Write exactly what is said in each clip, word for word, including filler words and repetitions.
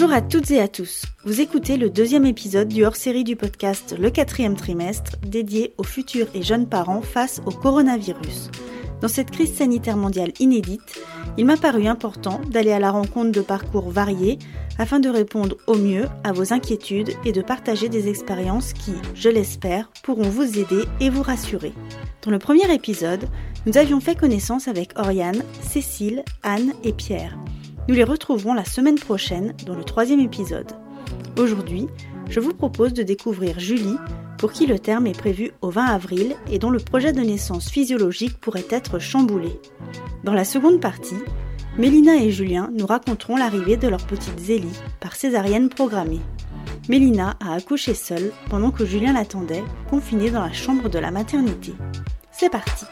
Bonjour à toutes et à tous. Vous écoutez le deuxième épisode du hors-série du podcast Le quatrième trimestre, dédié aux futurs et jeunes parents face au coronavirus. Dans cette crise sanitaire mondiale inédite, il m'a paru important d'aller à la rencontre de parcours variés afin de répondre au mieux à vos inquiétudes et de partager des expériences qui, je l'espère, pourront vous aider et vous rassurer. Dans le premier épisode, nous avions fait connaissance avec Oriane, Cécile, Anne et Pierre. Nous les retrouverons la semaine prochaine dans le troisième épisode. Aujourd'hui, je vous propose de découvrir Julie, pour qui le terme est prévu au vingt avril et dont le projet de naissance physiologique pourrait être chamboulé. Dans la seconde partie, Mélina et Julien nous raconteront l'arrivée de leur petite Zélie par césarienne programmée. Mélina a accouché seule pendant que Julien l'attendait, confiné dans la chambre de la maternité. C'est parti!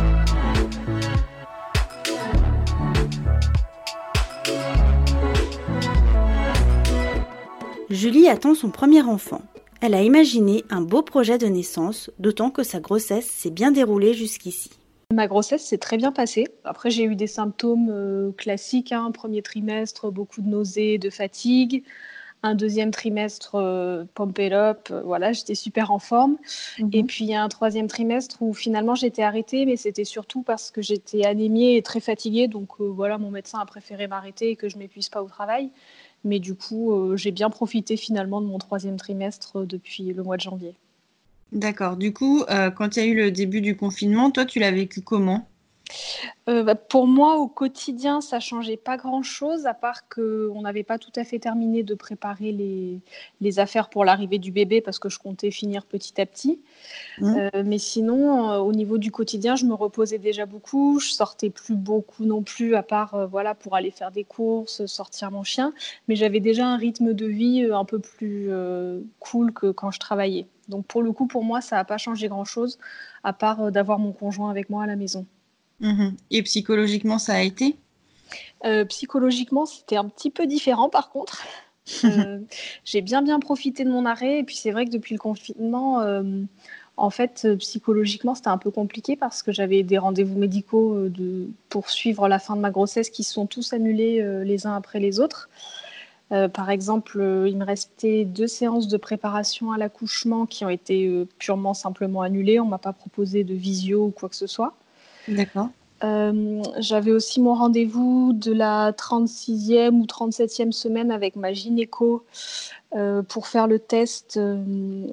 Julie attend son premier enfant. Elle a imaginé un beau projet de naissance, d'autant que sa grossesse s'est bien déroulée jusqu'ici. Ma grossesse s'est très bien passée. Après, j'ai eu des symptômes euh, classiques. Hein. Premier trimestre, beaucoup de nausées, de fatigue. Un deuxième trimestre, euh, pump it up. Euh, voilà, j'étais super en forme. Mmh. Et puis, il y a un troisième trimestre où finalement, j'étais arrêtée, mais c'était surtout parce que j'étais anémiée et très fatiguée. Donc, euh, voilà, mon médecin a préféré m'arrêter et que je ne m'épuise pas au travail. Mais du coup, euh, j'ai bien profité finalement de mon troisième trimestre euh, depuis le mois de janvier. D'accord. Du coup, euh, quand il y a eu le début du confinement, toi, tu l'as vécu comment ? Euh, bah, pour moi, au quotidien, ça changeait pas grand-chose, à part qu'on n'avait pas tout à fait terminé de préparer les, les affaires pour l'arrivée du bébé, parce que je comptais finir petit à petit. Mmh. Euh, mais sinon, euh, au niveau du quotidien, je me reposais déjà beaucoup. Je sortais plus beaucoup non plus, à part euh, voilà, pour aller faire des courses, sortir mon chien. Mais j'avais déjà un rythme de vie un peu plus euh, cool que quand je travaillais. Donc pour le coup, pour moi, ça n'a pas changé grand-chose, à part euh, d'avoir mon conjoint avec moi à la maison. Mmh. Et psychologiquement, ça a été ? euh, Psychologiquement, c'était un petit peu différent par contre. euh, j'ai bien bien profité de mon arrêt. Et puis c'est vrai que depuis le confinement, euh, en fait, euh, psychologiquement, c'était un peu compliqué parce que j'avais des rendez-vous médicaux euh, de, pour suivre la fin de ma grossesse qui se sont tous annulés euh, les uns après les autres. Euh, par exemple, euh, il me restait deux séances de préparation à l'accouchement qui ont été euh, purement simplement annulées. On ne m'a pas proposé de visio ou quoi que ce soit. D'accord. Euh, j'avais aussi mon rendez-vous de la trente-sixième ou trente-septième semaine avec ma gynéco euh, pour faire le test euh,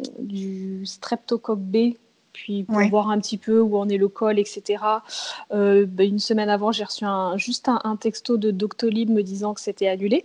du streptocoque B, puis pour ouais. voir un petit peu où en est le col, et cetera. Euh, bah, une semaine avant, j'ai reçu un, juste un, un texto de Doctolib me disant que c'était annulé.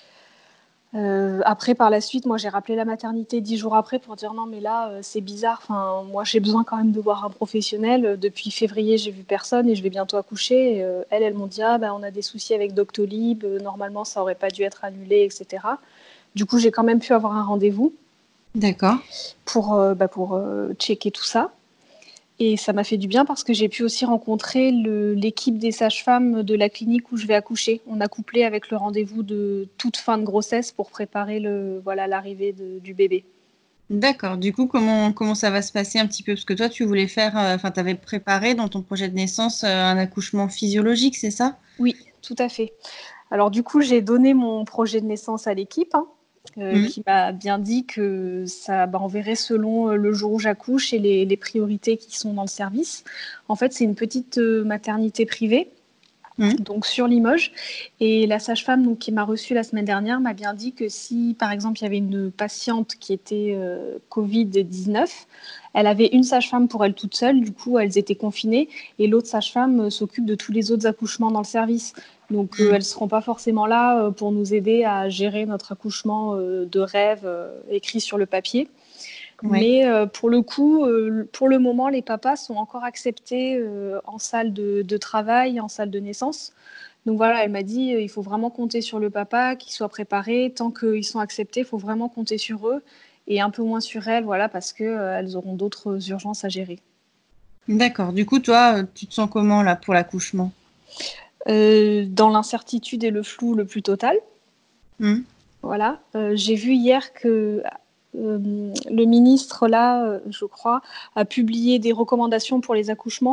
Euh, après, par la suite, moi, j'ai rappelé la maternité dix jours après pour dire non, mais là, euh, c'est bizarre. Enfin, moi, j'ai besoin quand même de voir un professionnel. Depuis février, j'ai vu personne et je vais bientôt accoucher. Et, euh, elles, elles m'ont dit ah, ben, on a des soucis avec Doctolib. Euh, normalement, ça aurait pas dû être annulé, et cetera. Du coup, j'ai quand même pu avoir un rendez-vous. D'accord. Pour, euh, bah, pour euh, checker tout ça. Et ça m'a fait du bien parce que j'ai pu aussi rencontrer le, l'équipe des sages-femmes de la clinique où je vais accoucher. On a couplé avec le rendez-vous de toute fin de grossesse pour préparer le, voilà, l'arrivée de, du bébé. D'accord. Du coup, comment, comment ça va se passer un petit peu ? Parce que toi, tu voulais faire, enfin, euh, tu avais préparé dans ton projet de naissance euh, un accouchement physiologique, c'est ça ? Oui, tout à fait. Alors du coup, j'ai donné mon projet de naissance à l'équipe. Hein. Euh, mmh. Qui m'a bien dit que ça, bah, on verrait selon le jour où j'accouche et les, les priorités qui sont dans le service. En fait, c'est une petite euh, maternité privée, mmh. donc sur Limoges. Et la sage-femme donc, qui m'a reçue la semaine dernière m'a bien dit que si, par exemple, il y avait une patiente qui était euh, covid dix-neuf, elle avait une sage-femme pour elle toute seule. Du coup, elles étaient confinées et l'autre sage-femme euh, s'occupe de tous les autres accouchements dans le service. Donc, euh, elles ne seront pas forcément là euh, pour nous aider à gérer notre accouchement euh, de rêve euh, écrit sur le papier. Oui. Mais euh, pour le coup, euh, pour le moment, les papas sont encore acceptés euh, en salle de, de travail, en salle de naissance. Donc voilà, elle m'a dit euh, il faut vraiment compter sur le papa, qu'il soit préparé. Tant qu'ils sont acceptés, il faut vraiment compter sur eux et un peu moins sur elles, voilà, parce qu'elles euh, auront d'autres urgences à gérer. D'accord. Du coup, toi, tu te sens comment là pour l'accouchement ? Euh, dans l'incertitude et le flou le plus total. Mmh. Voilà. Euh, j'ai vu hier que euh, le ministre, là, euh, je crois, a publié des recommandations pour les accouchements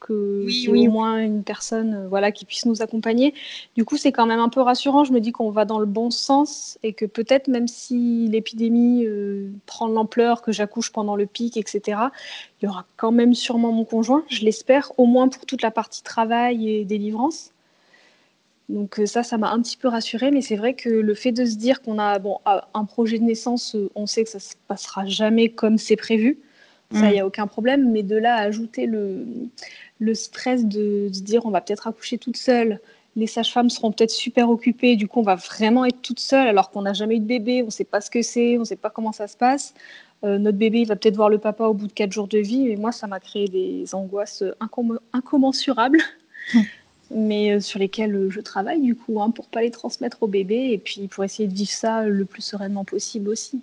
que Oui, qu'il y ait oui. au moins une personne euh, voilà, qui puisse nous accompagner. Du coup, c'est quand même un peu rassurant. Je me dis qu'on va dans le bon sens et que peut-être même si l'épidémie euh, prend de l'ampleur, que j'accouche pendant le pic, et cetera, il y aura quand même sûrement mon conjoint, je l'espère, au moins pour toute la partie travail et délivrance. Donc euh, ça, ça m'a un petit peu rassurée, mais c'est vrai que le fait de se dire qu'on a bon, un projet de naissance, euh, on sait que ça se passera jamais comme c'est prévu, ça, il n'y Mm. a aucun problème, mais de là à ajouter le, le stress de, de se dire on va peut-être accoucher toute seule, les sages-femmes seront peut-être super occupées, du coup on va vraiment être toute seule alors qu'on n'a jamais eu de bébé, on ne sait pas ce que c'est, on ne sait pas comment ça se passe. Euh, notre bébé il va peut-être voir le papa au bout de quatre jours de vie, et moi ça m'a créé des angoisses incom- incommensurables. Mais euh, sur lesquels euh, je travaille du coup hein, pour pas les transmettre au bébé et puis pour essayer de vivre ça le plus sereinement possible aussi.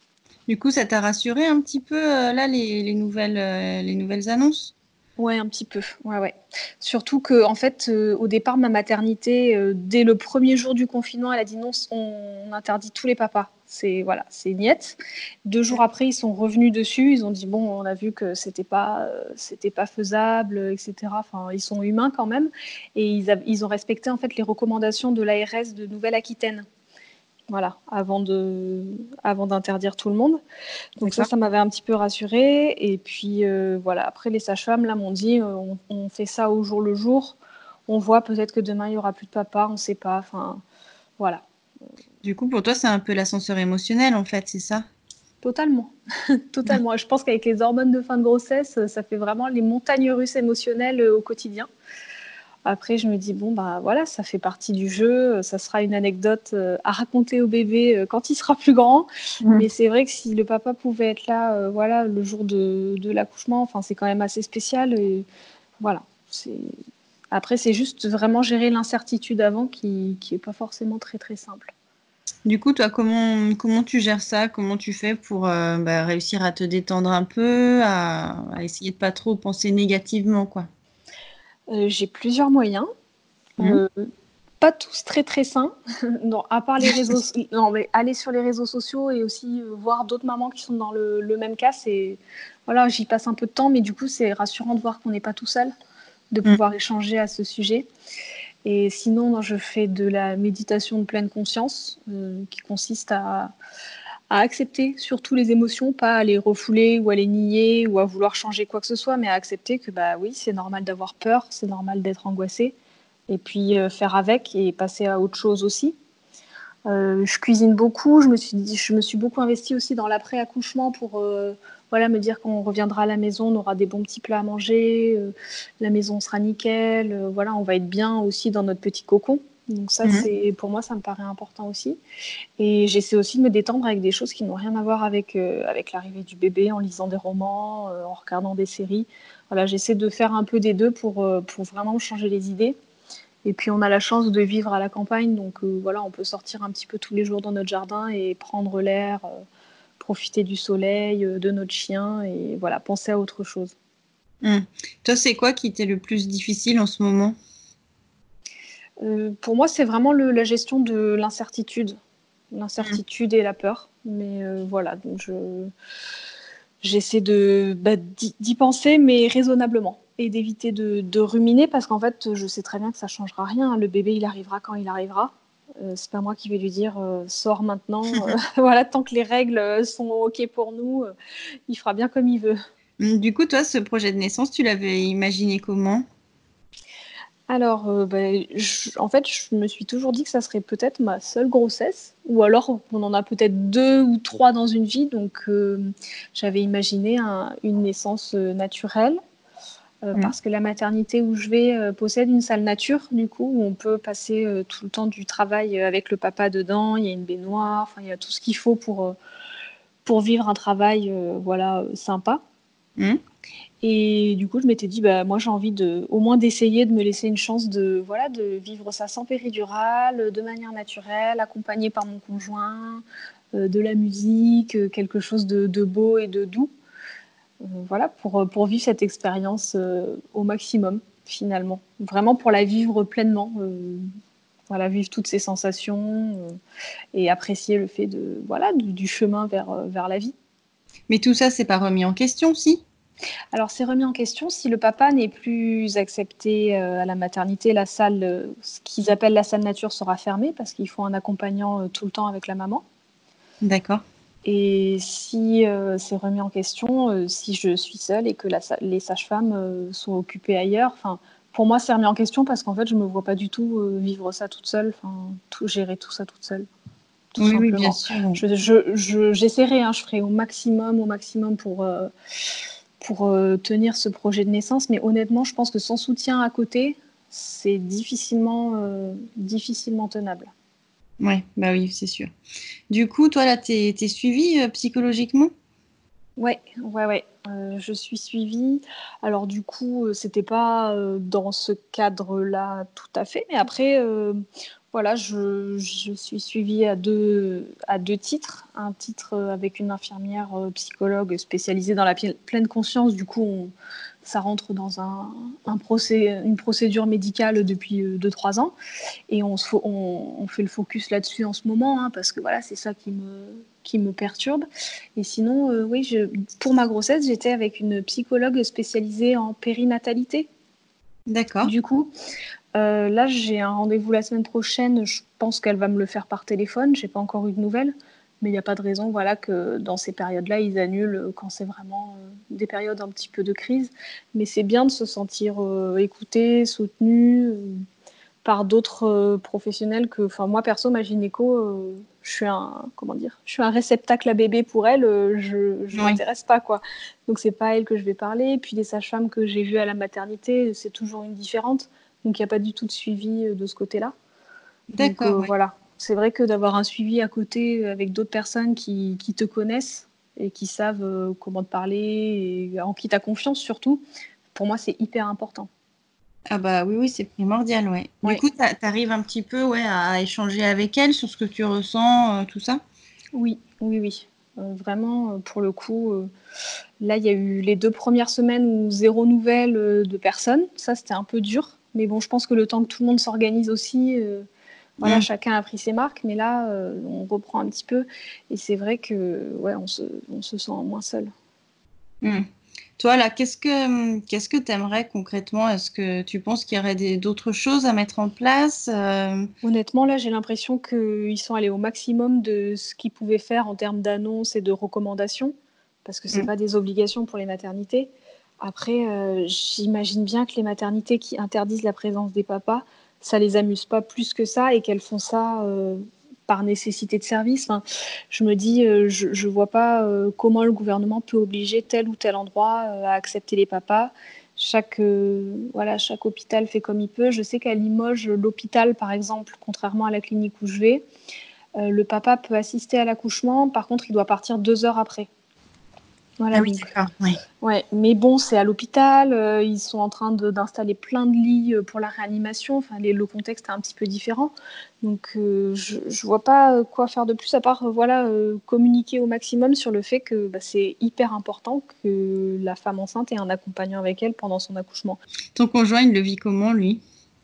Du coup, ça t'a rassuré un petit peu, euh, là, les, les nouvelles, euh, les nouvelles annonces? Ouais, un petit peu. Ouais, ouais. Surtout que, en fait, euh, au départ, ma maternité, euh, dès le premier jour du confinement, elle a dit non, on interdit tous les papas. C'est voilà, c'est niette. Deux jours après, ils sont revenus dessus. Ils ont dit bon, on a vu que c'était pas, euh, c'était pas faisable, et cetera. Enfin, ils sont humains quand même, et ils, a- ils ont respecté en fait les recommandations de l'A R S de Nouvelle-Aquitaine. Voilà, avant de, avant d'interdire tout le monde. Donc ça, D'accord. ça m'avait un petit peu rassurée. Et puis euh, voilà, après les sages-femmes là m'ont dit, euh, on, on fait ça au jour le jour. On voit peut-être que demain il y aura plus de papa, on ne sait pas. Enfin voilà, Du coup, pour toi, c'est un peu l'ascenseur émotionnel, en fait, c'est ça? totalement, totalement. Et je pense qu'avec les hormones de fin de grossesse, ça fait vraiment les montagnes russes émotionnelles euh, au quotidien. Après, je me dis, bon, bah voilà, ça fait partie du jeu, ça sera une anecdote euh, à raconter au bébé euh, quand il sera plus grand. Mm. Mais c'est vrai que si le papa pouvait être là, euh, voilà, le jour de, de l'accouchement, enfin, c'est quand même assez spécial. Et voilà. C'est... Après, c'est juste vraiment gérer l'incertitude avant qui qui est pas forcément très, très simple. Du coup, toi, comment, comment tu gères ça? Comment tu fais pour euh, bah, réussir à te détendre un peu, à, à essayer de pas trop penser négativement, quoi? Euh, j'ai plusieurs moyens. Mm. Euh, Pas tous très très sains, non, à part les réseaux, non, mais aller sur les réseaux sociaux et aussi euh, voir d'autres mamans qui sont dans le, le même cas, c'est voilà, j'y passe un peu de temps, mais du coup c'est rassurant de voir qu'on n'est pas tout seul, de Mm. pouvoir échanger à ce sujet. Et sinon, non, je fais de la méditation de pleine conscience, euh, qui consiste à, à accepter surtout les émotions, pas à les refouler ou à les nier ou à vouloir changer quoi que ce soit, mais à accepter que bah oui, c'est normal d'avoir peur, c'est normal d'être angoissé, et puis euh, faire avec et passer à autre chose aussi. Euh, je cuisine beaucoup, je me suis, dit, je me suis beaucoup investie aussi dans l'après-accouchement pour euh, voilà, me dire qu'on reviendra à la maison, on aura des bons petits plats à manger, euh, la maison sera nickel, euh, voilà, on va être bien aussi dans notre petit cocon. Donc ça, Mm. c'est pour moi, ça me paraît important aussi. Et j'essaie aussi de me détendre avec des choses qui n'ont rien à voir avec, euh, avec l'arrivée du bébé, en lisant des romans, euh, en regardant des séries. Voilà, j'essaie de faire un peu des deux pour, euh, pour vraiment changer les idées. Et puis on a la chance de vivre à la campagne, donc euh, voilà, on peut sortir un petit peu tous les jours dans notre jardin et prendre l'air, euh, profiter du soleil, euh, de notre chien et voilà, penser à autre chose. Mm. Toi, c'est quoi qui t'est le plus difficile en ce moment? Euh, pour moi, c'est vraiment le, la gestion de l'incertitude, Mm. l'incertitude et la peur. Mais euh, voilà, donc je, j'essaie de bah, d'y, d'y penser, mais raisonnablement, et d'éviter de, de ruminer parce qu'en fait, je sais très bien que ça changera rien. Le bébé, il arrivera quand il arrivera. Euh, c'est pas moi qui vais lui dire euh, sors maintenant. Euh, voilà, tant que les règles sont ok pour nous, euh, il fera bien comme il veut. Mm. Du coup, toi, ce projet de naissance, tu l'avais imaginé comment? Alors, euh, ben, je- en fait, je me suis toujours dit que ça serait peut-être ma seule grossesse, ou alors on en a peut-être deux ou trois dans une vie. Donc, euh, j'avais imaginé un- une naissance euh, naturelle, euh, Mm. parce que la maternité où je vais euh, possède une salle nature, du coup, où on peut passer euh, tout le temps du travail euh, avec le papa dedans. Il y a une baignoire, enfin, il y a tout ce qu'il faut pour, euh, pour vivre un travail, euh, voilà, euh, sympa. Mm. Et du coup, je m'étais dit, bah, moi, j'ai envie de, au moins d'essayer de me laisser une chance de, voilà, de vivre ça sans péridurale, de manière naturelle, accompagnée par mon conjoint, euh, de la musique, euh, quelque chose de, de beau et de doux. Euh, voilà, pour, pour vivre cette expérience euh, au maximum, finalement. Vraiment pour la vivre pleinement. Euh, voilà, vivre toutes ces sensations euh, et apprécier le fait de, voilà, du, du chemin vers, euh, vers la vie. Mais tout ça, c'est pas remis en question, si? Alors, c'est remis en question si le papa n'est plus accepté euh, à la maternité. La salle, euh, ce qu'ils appellent la salle nature, sera fermée parce qu'il faut un accompagnant euh, tout le temps avec la maman. D'accord. Et si euh, c'est remis en question, euh, si je suis seule et que la, les sages-femmes euh, sont occupées ailleurs, enfin, pour moi, c'est remis en question parce qu'en fait, je ne me vois pas du tout euh, vivre ça toute seule, tout, gérer tout ça toute seule. Tout oui, simplement. oui, bien sûr. Je, je, je, j'essaierai, hein, je ferai au maximum, au maximum pour, euh, pour euh, tenir ce projet de naissance, mais honnêtement, je pense que sans soutien à côté, c'est difficilement, euh, difficilement tenable. Ouais, bah oui, c'est sûr. Du coup, toi, là, t'es, t'es suivie euh, psychologiquement ? Ouais, ouais, ouais. Euh, je suis suivie. Alors du coup, euh, c'était pas euh, dans ce cadre-là tout à fait, mais après, euh, voilà, je, je suis suivie à deux, à deux titres. Un titre euh, avec une infirmière euh, psychologue spécialisée dans la pi- pleine conscience. Du coup, on- ça rentre dans un, un procé- une procédure médicale depuis euh, deux trois ans. Et on, se fo- on, on fait le focus là-dessus en ce moment, hein, parce que voilà, c'est ça qui me, qui me perturbe. Et sinon, euh, oui, je, pour ma grossesse, j'étais avec une psychologue spécialisée en périnatalité. D'accord. Du coup, euh, là, j'ai un rendez-vous la semaine prochaine. Je pense qu'elle va me le faire par téléphone. J'ai pas encore eu de nouvelles. Mais il n'y a pas de raison, voilà, que dans ces périodes-là, ils annulent quand c'est vraiment euh, des périodes un petit peu de crise. Mais c'est bien de se sentir euh, écouté, soutenu, euh, par d'autres euh, professionnels que, enfin moi perso, ma gynéco, euh, je suis un, comment dire, je suis un réceptacle à bébé pour elle, euh, je, je Oui. m'intéresse pas quoi. Donc c'est pas à elle que je vais parler. Puis les sages-femmes que j'ai vues à la maternité, c'est toujours une différente, donc il y a pas du tout de suivi euh, de ce côté-là. Donc D'accord. euh, Ouais. voilà, c'est vrai que d'avoir un suivi à côté avec d'autres personnes qui, qui te connaissent et qui savent euh, comment te parler et en qui tu as confiance surtout, pour moi c'est hyper important. Ah bah oui, oui, c'est primordial, ouais. Du Ouais. coup, t'a- t'arrives un petit peu, ouais, à échanger avec elle sur ce que tu ressens, euh, tout ça. Oui, oui, oui. Euh, vraiment, euh, pour le coup, euh, là, il y a eu les deux premières semaines où zéro nouvelle euh, de personne. Ça, c'était un peu dur. Mais bon, je pense que le temps que tout le monde s'organise aussi, euh, voilà, Mm. chacun a pris ses marques. Mais là, euh, on reprend un petit peu. Et c'est vrai que, ouais, on se, on se sent moins seul. Mm. Toi, là, qu'est-ce que qu'est-ce que t'aimerais concrètement? Est-ce que tu penses qu'il y aurait des- d'autres choses à mettre en place? Euh, Honnêtement, là, j'ai l'impression qu'ils sont allés au maximum de ce qu'ils pouvaient faire en termes d'annonces et de recommandations, parce que ce n'est mm. pas des obligations pour les maternités. Après, euh, j'imagine bien que les maternités qui interdisent la présence des papas, ça les amuse pas plus que ça et qu'elles font ça euh, par nécessité de service. Enfin, je me dis, euh, je ne vois pas euh, comment le gouvernement peut obliger tel ou tel endroit euh, à accepter les papas. Chaque, euh, voilà, chaque hôpital fait comme il peut. Je sais qu'à Limoges, l'hôpital, par exemple, contrairement à la clinique où je vais, euh, le papa peut assister à l'accouchement. Par contre, il doit partir deux heures après. Ah Voilà, oui, donc. d'accord. Ouais. Ouais, mais bon, c'est à l'hôpital. Euh, ils sont en train de, d'installer plein de lits euh, pour la réanimation. Enfin, les, le contexte est un petit peu différent. Donc, euh, je ne vois pas quoi faire de plus à part euh, voilà, euh, communiquer au maximum sur le fait que bah, c'est hyper important que la femme enceinte ait un accompagnant avec elle pendant son accouchement. Ton conjoint, il le vit comment, lui?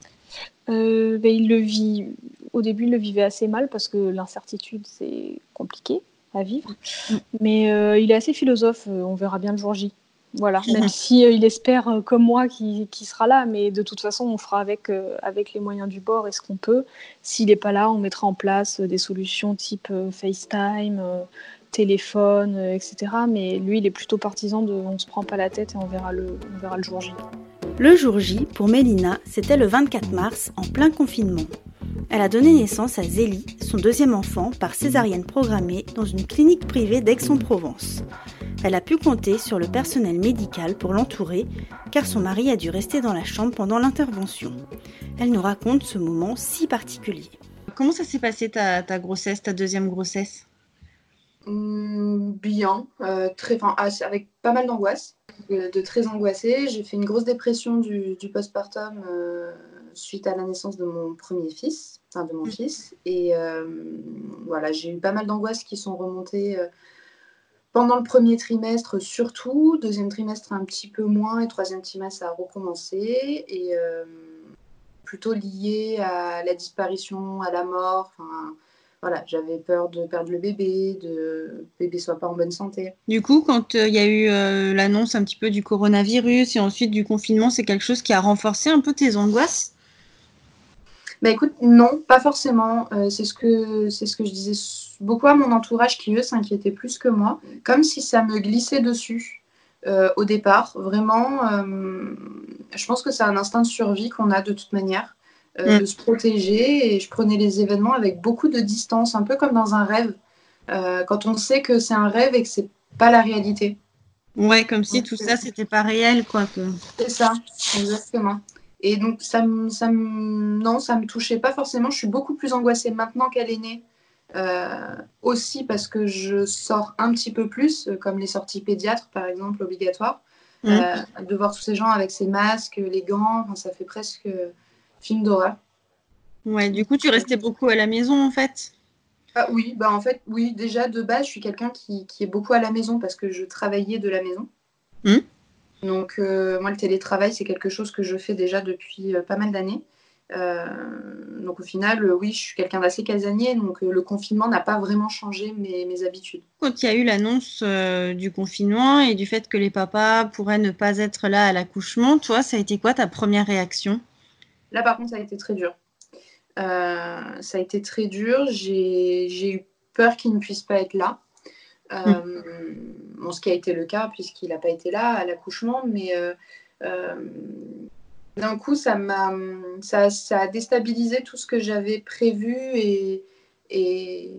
Euh, ben, il le vit. Au début, il le vivait assez mal parce que l'incertitude, c'est compliqué à vivre. Mm. Mais euh, il est assez philosophe. euh, On verra bien le jour J. Voilà. Même si euh, il espère, euh, comme moi, qu'il, qu'il sera là. Mais de toute façon, on fera avec, euh, avec les moyens du bord et ce qu'on peut. S'il n'est pas là, on mettra en place euh, des solutions type euh, FaceTime, euh, téléphone, euh, et cetera. Mais lui, il est plutôt partisan de on se prend pas la tête et on verra le, on verra le jour J. Le jour J, pour Mélina, c'était le vingt-quatre mars, en plein confinement. Elle a donné naissance à Zélie, son deuxième enfant, par césarienne programmée dans une clinique privée d'Aix-en-Provence. Elle a pu compter sur le personnel médical pour l'entourer, car son mari a dû rester dans la chambre pendant l'intervention. Elle nous raconte ce moment si particulier. Comment ça s'est passé ta, ta grossesse, ta deuxième grossesse? Mmh, bien, euh, très, enfin, avec pas mal d'angoisse, de, de très angoissée. J'ai fait une grosse dépression du, du postpartum euh, suite à la naissance de mon premier fils, enfin de mon fils. Et euh, voilà, j'ai eu pas mal d'angoisses qui sont remontées euh, pendant le premier trimestre surtout, deuxième trimestre un petit peu moins et troisième trimestre ça a recommencé. Et euh, plutôt lié à la disparition, à la mort, enfin... voilà, j'avais peur de perdre le bébé, de le bébé soit pas en bonne santé. Du coup, quand il euh, y a eu euh, l'annonce un petit peu du coronavirus et ensuite du confinement, c'est quelque chose qui a renforcé un peu tes angoisses? Bah écoute, non, pas forcément. Euh, c'est ce que c'est ce que je disais beaucoup à mon entourage qui, eux, s'inquiétaient plus que moi. Comme si ça me glissait dessus euh, au départ. Vraiment, euh, je pense que c'est un instinct de survie qu'on a de toute manière, euh, Mm. de se protéger. Et je prenais les événements avec beaucoup de distance, un peu comme dans un rêve. Euh, quand on sait que c'est un rêve et que c'est pas la réalité. Ouais, comme si Donc, tout euh, ça, c'était pas réel, quoi. Que... c'est ça, exactement. Et donc, ça me, ça me, non, ça me touchait pas forcément. Je suis beaucoup plus angoissée maintenant qu'elle est née. Euh, aussi parce que je sors un petit peu plus, euh, comme les sorties pédiatres, par exemple, obligatoires. Mm. Euh, de voir tous ces gens avec ces masques, les gants, enfin, ça fait presque euh, film d'horreur. Ouais, du coup, tu restais beaucoup à la maison, en fait? Ah, oui, bah en fait, oui, déjà, de base, je suis quelqu'un qui, qui est beaucoup à la maison parce que je travaillais de la maison. Mm. Donc, euh, moi, le télétravail, c'est quelque chose que je fais déjà depuis euh, pas mal d'années. Euh, donc, au final, euh, oui, je suis quelqu'un d'assez casanier. Donc, euh, le confinement n'a pas vraiment changé mes, mes habitudes. Quand il y a eu l'annonce euh, du confinement et du fait que les papas pourraient ne pas être là à l'accouchement, toi, ça a été quoi ta première réaction? Là, par contre, ça a été très dur. Euh, ça a été très dur. J'ai, j'ai eu peur qu'il ne puisse pas être là. Euh, mm. Bon, ce qui a été le cas, puisqu'il n'a pas été là à l'accouchement. Mais euh, euh, d'un coup, ça m'a, ça, ça a déstabilisé tout ce que j'avais prévu et, et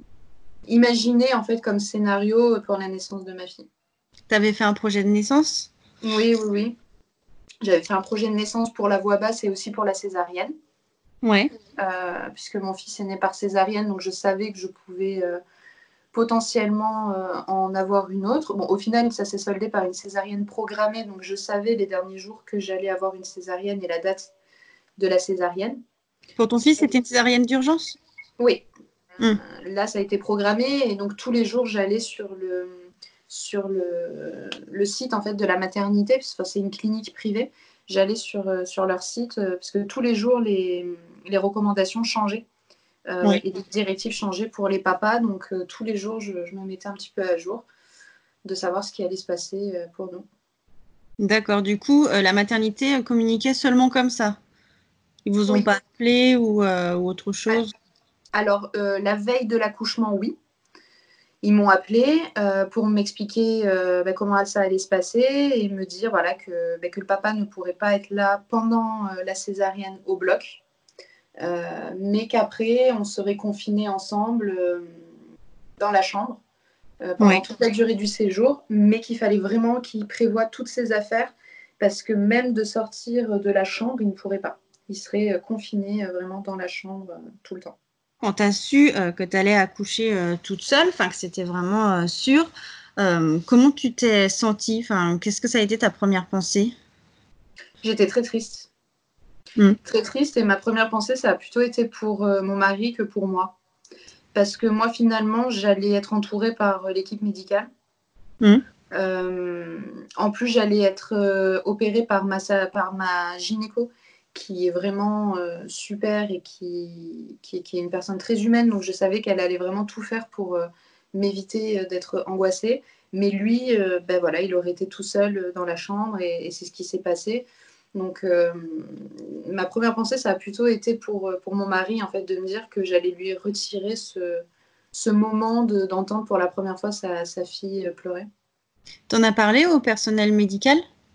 imaginé en fait comme scénario pour la naissance de ma fille. Tu avais fait un projet de naissance? Oui, oui, oui. J'avais fait un projet de naissance pour la voie basse et aussi pour la césarienne. Ouais. Euh, puisque mon fils est né par césarienne, donc je savais que je pouvais euh, potentiellement euh, en avoir une autre. Bon, au final, ça s'est soldé par une césarienne programmée, donc je savais les derniers jours que j'allais avoir une césarienne et la date de la césarienne. Pour ton fils, c'était une césarienne d'urgence? Oui. Mm. Euh, là, ça a été programmé et donc tous les jours, j'allais sur le, sur le, le site en fait, de la maternité, parce que c'est une clinique privée. J'allais sur, sur leur site euh, parce que tous les jours, les, les recommandations changeaient. Euh, Oui. et les directives changeaient pour les papas. Donc, euh, tous les jours, je, je me mettais un petit peu à jour de savoir ce qui allait se passer euh, pour nous. D'accord. Du coup, euh, la maternité communiquait seulement comme ça? Ils vous ont Oui. pas appelé ou, euh, ou autre chose? Alors, euh, la veille de l'accouchement, oui. Ils m'ont appelé euh, pour m'expliquer euh, bah, comment ça allait se passer et me dire voilà, que, bah, que le papa ne pourrait pas être là pendant euh, la césarienne au bloc, euh, mais qu'après, on serait confinés ensemble euh, dans la chambre euh, pendant Oui. toute la durée du séjour, mais qu'il fallait vraiment qu'il prévoie toutes ses affaires parce que même de sortir de la chambre, il ne pourrait pas. Il serait euh, confiné euh, vraiment dans la chambre euh, tout le temps. Quand tu as su euh, que tu allais accoucher euh, toute seule, enfin que c'était vraiment euh, sûr, euh, comment tu t'es sentie? Enfin, qu'est-ce que ça a été ta première pensée? J'étais très triste. Mm. Très triste et ma première pensée, ça a plutôt été pour euh, mon mari que pour moi. Parce que moi, finalement, j'allais être entourée par euh, l'équipe médicale. Mm. Euh, en plus, j'allais être euh, opérée par ma, par ma gynéco, qui est vraiment euh, super et qui, qui, qui est une personne très humaine. Donc, je savais qu'elle allait vraiment tout faire pour euh, m'éviter euh, d'être angoissée. Mais lui, euh, ben voilà, il aurait été tout seul dans la chambre et, et c'est ce qui s'est passé. Donc, euh, ma première pensée, ça a plutôt été pour, pour mon mari, en fait, de me dire que j'allais lui retirer ce, ce moment de, d'entendre pour la première fois sa, sa fille pleurer. T'en as parlé au personnel médical?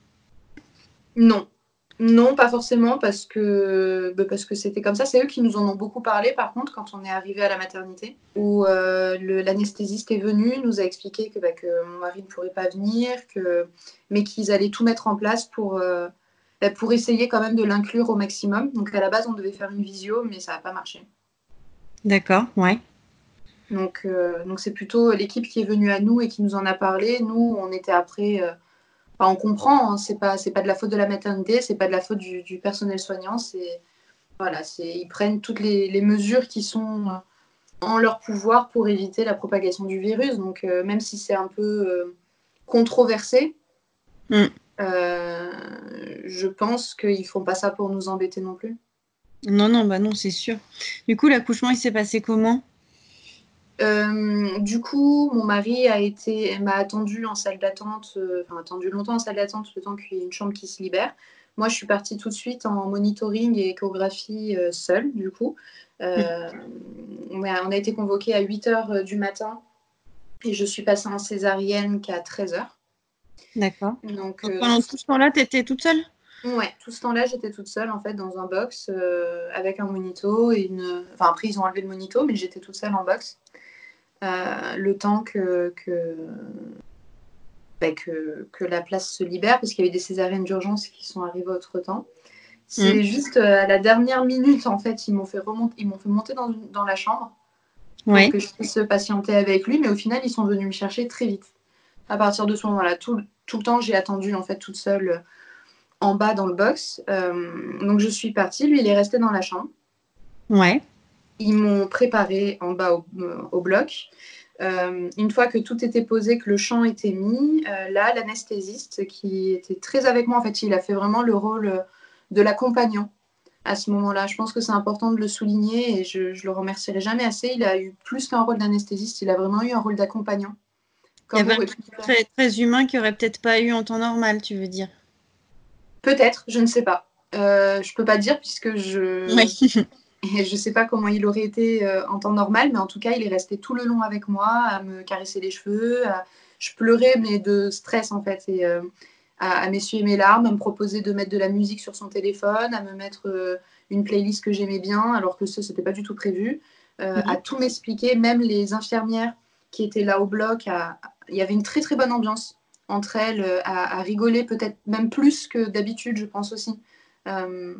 Non. Non, pas forcément, parce que, bah parce que c'était comme ça. C'est eux qui nous en ont beaucoup parlé, par contre, quand on est arrivé à la maternité, où euh, le, l'anesthésiste est venu, nous a expliqué que, bah, que mon mari ne pourrait pas venir, que, mais qu'ils allaient tout mettre en place pour, euh, bah, pour essayer quand même de l'inclure au maximum. Donc à la base, on devait faire une visio, mais ça n'a pas marché. D'accord, ouais. Donc, euh, donc c'est plutôt l'équipe qui est venue à nous et qui nous en a parlé. Nous, on était après... Euh, Enfin, on comprend, hein, c'est pas, c'est pas de la faute de la maternité, c'est pas de la faute du, du personnel soignant, c'est, voilà, c'est, ils prennent toutes les, les mesures qui sont en leur pouvoir pour éviter la propagation du virus. Donc, euh, même si c'est un peu euh, controversé, Mm. euh, je pense qu'ils font pas ça pour nous embêter non plus. Non, non, bah non, c'est sûr. Du coup, l'accouchement, il s'est passé comment? Euh, du coup, mon mari a été, m'a attendu en salle d'attente, euh, enfin attendu longtemps en salle d'attente, le temps qu'il y ait une chambre qui se libère. Moi, je suis partie tout de suite en monitoring et échographie euh, seule, du coup. Euh, on, a, on a été convoqués à huit heures du matin et je suis passée en césarienne qu'à treize heures. D'accord. Donc, Donc euh, pendant tout, tout ce temps-là, tu étais toute seule? ouais, tout ce temps-là, j'étais toute seule en fait dans un box euh, avec un monito et une. Enfin après, ils ont enlevé le monito, mais j'étais toute seule en box. Euh, le temps que, que, bah, que, que la place se libère, parce qu'il y a eu des césariennes d'urgence qui sont arrivées autre-temps. C'est Mmh. juste euh, à la dernière minute, en fait, ils m'ont fait, remonter, ils m'ont fait monter dans, dans la chambre pour Ouais. que je puisse patienter avec lui, mais au final, ils sont venus me chercher très vite. À partir de ce moment-là, tout, tout le temps, j'ai attendu en fait toute seule euh, en bas dans le box. Euh, donc je suis partie, lui, il est resté dans la chambre. Ouais. Ils m'ont préparé en bas au, au bloc. Euh, une fois que tout était posé, que le chant était mis, euh, là, l'anesthésiste qui était très avec moi, en fait, il a fait vraiment le rôle de l'accompagnant à ce moment-là. Je pense que c'est important de le souligner et je, je le remercierai jamais assez. Il a eu plus qu'un rôle d'anesthésiste, il a vraiment eu un rôle d'accompagnant. Il y Comme avait on un peut... truc très, très humain qu'il n'y aurait peut-être pas eu en temps normal, tu veux dire? Peut-être, je ne sais pas. Euh, je peux pas dire puisque je... Oui. Et je ne sais pas comment il aurait été euh, en temps normal, mais en tout cas, il est resté tout le long avec moi, à me caresser les cheveux. À... Je pleurais, mais de stress, en fait, et euh, à, à m'essuyer mes larmes, à me proposer de mettre de la musique sur son téléphone, à me mettre euh, une playlist que j'aimais bien, alors que ça, ce n'était pas du tout prévu, euh, Mmh. à tout m'expliquer. Même les infirmières qui étaient là au bloc, à... il y avait une très, très bonne ambiance entre elles, euh, à, à rigoler peut-être même plus que d'habitude, je pense aussi. Euh,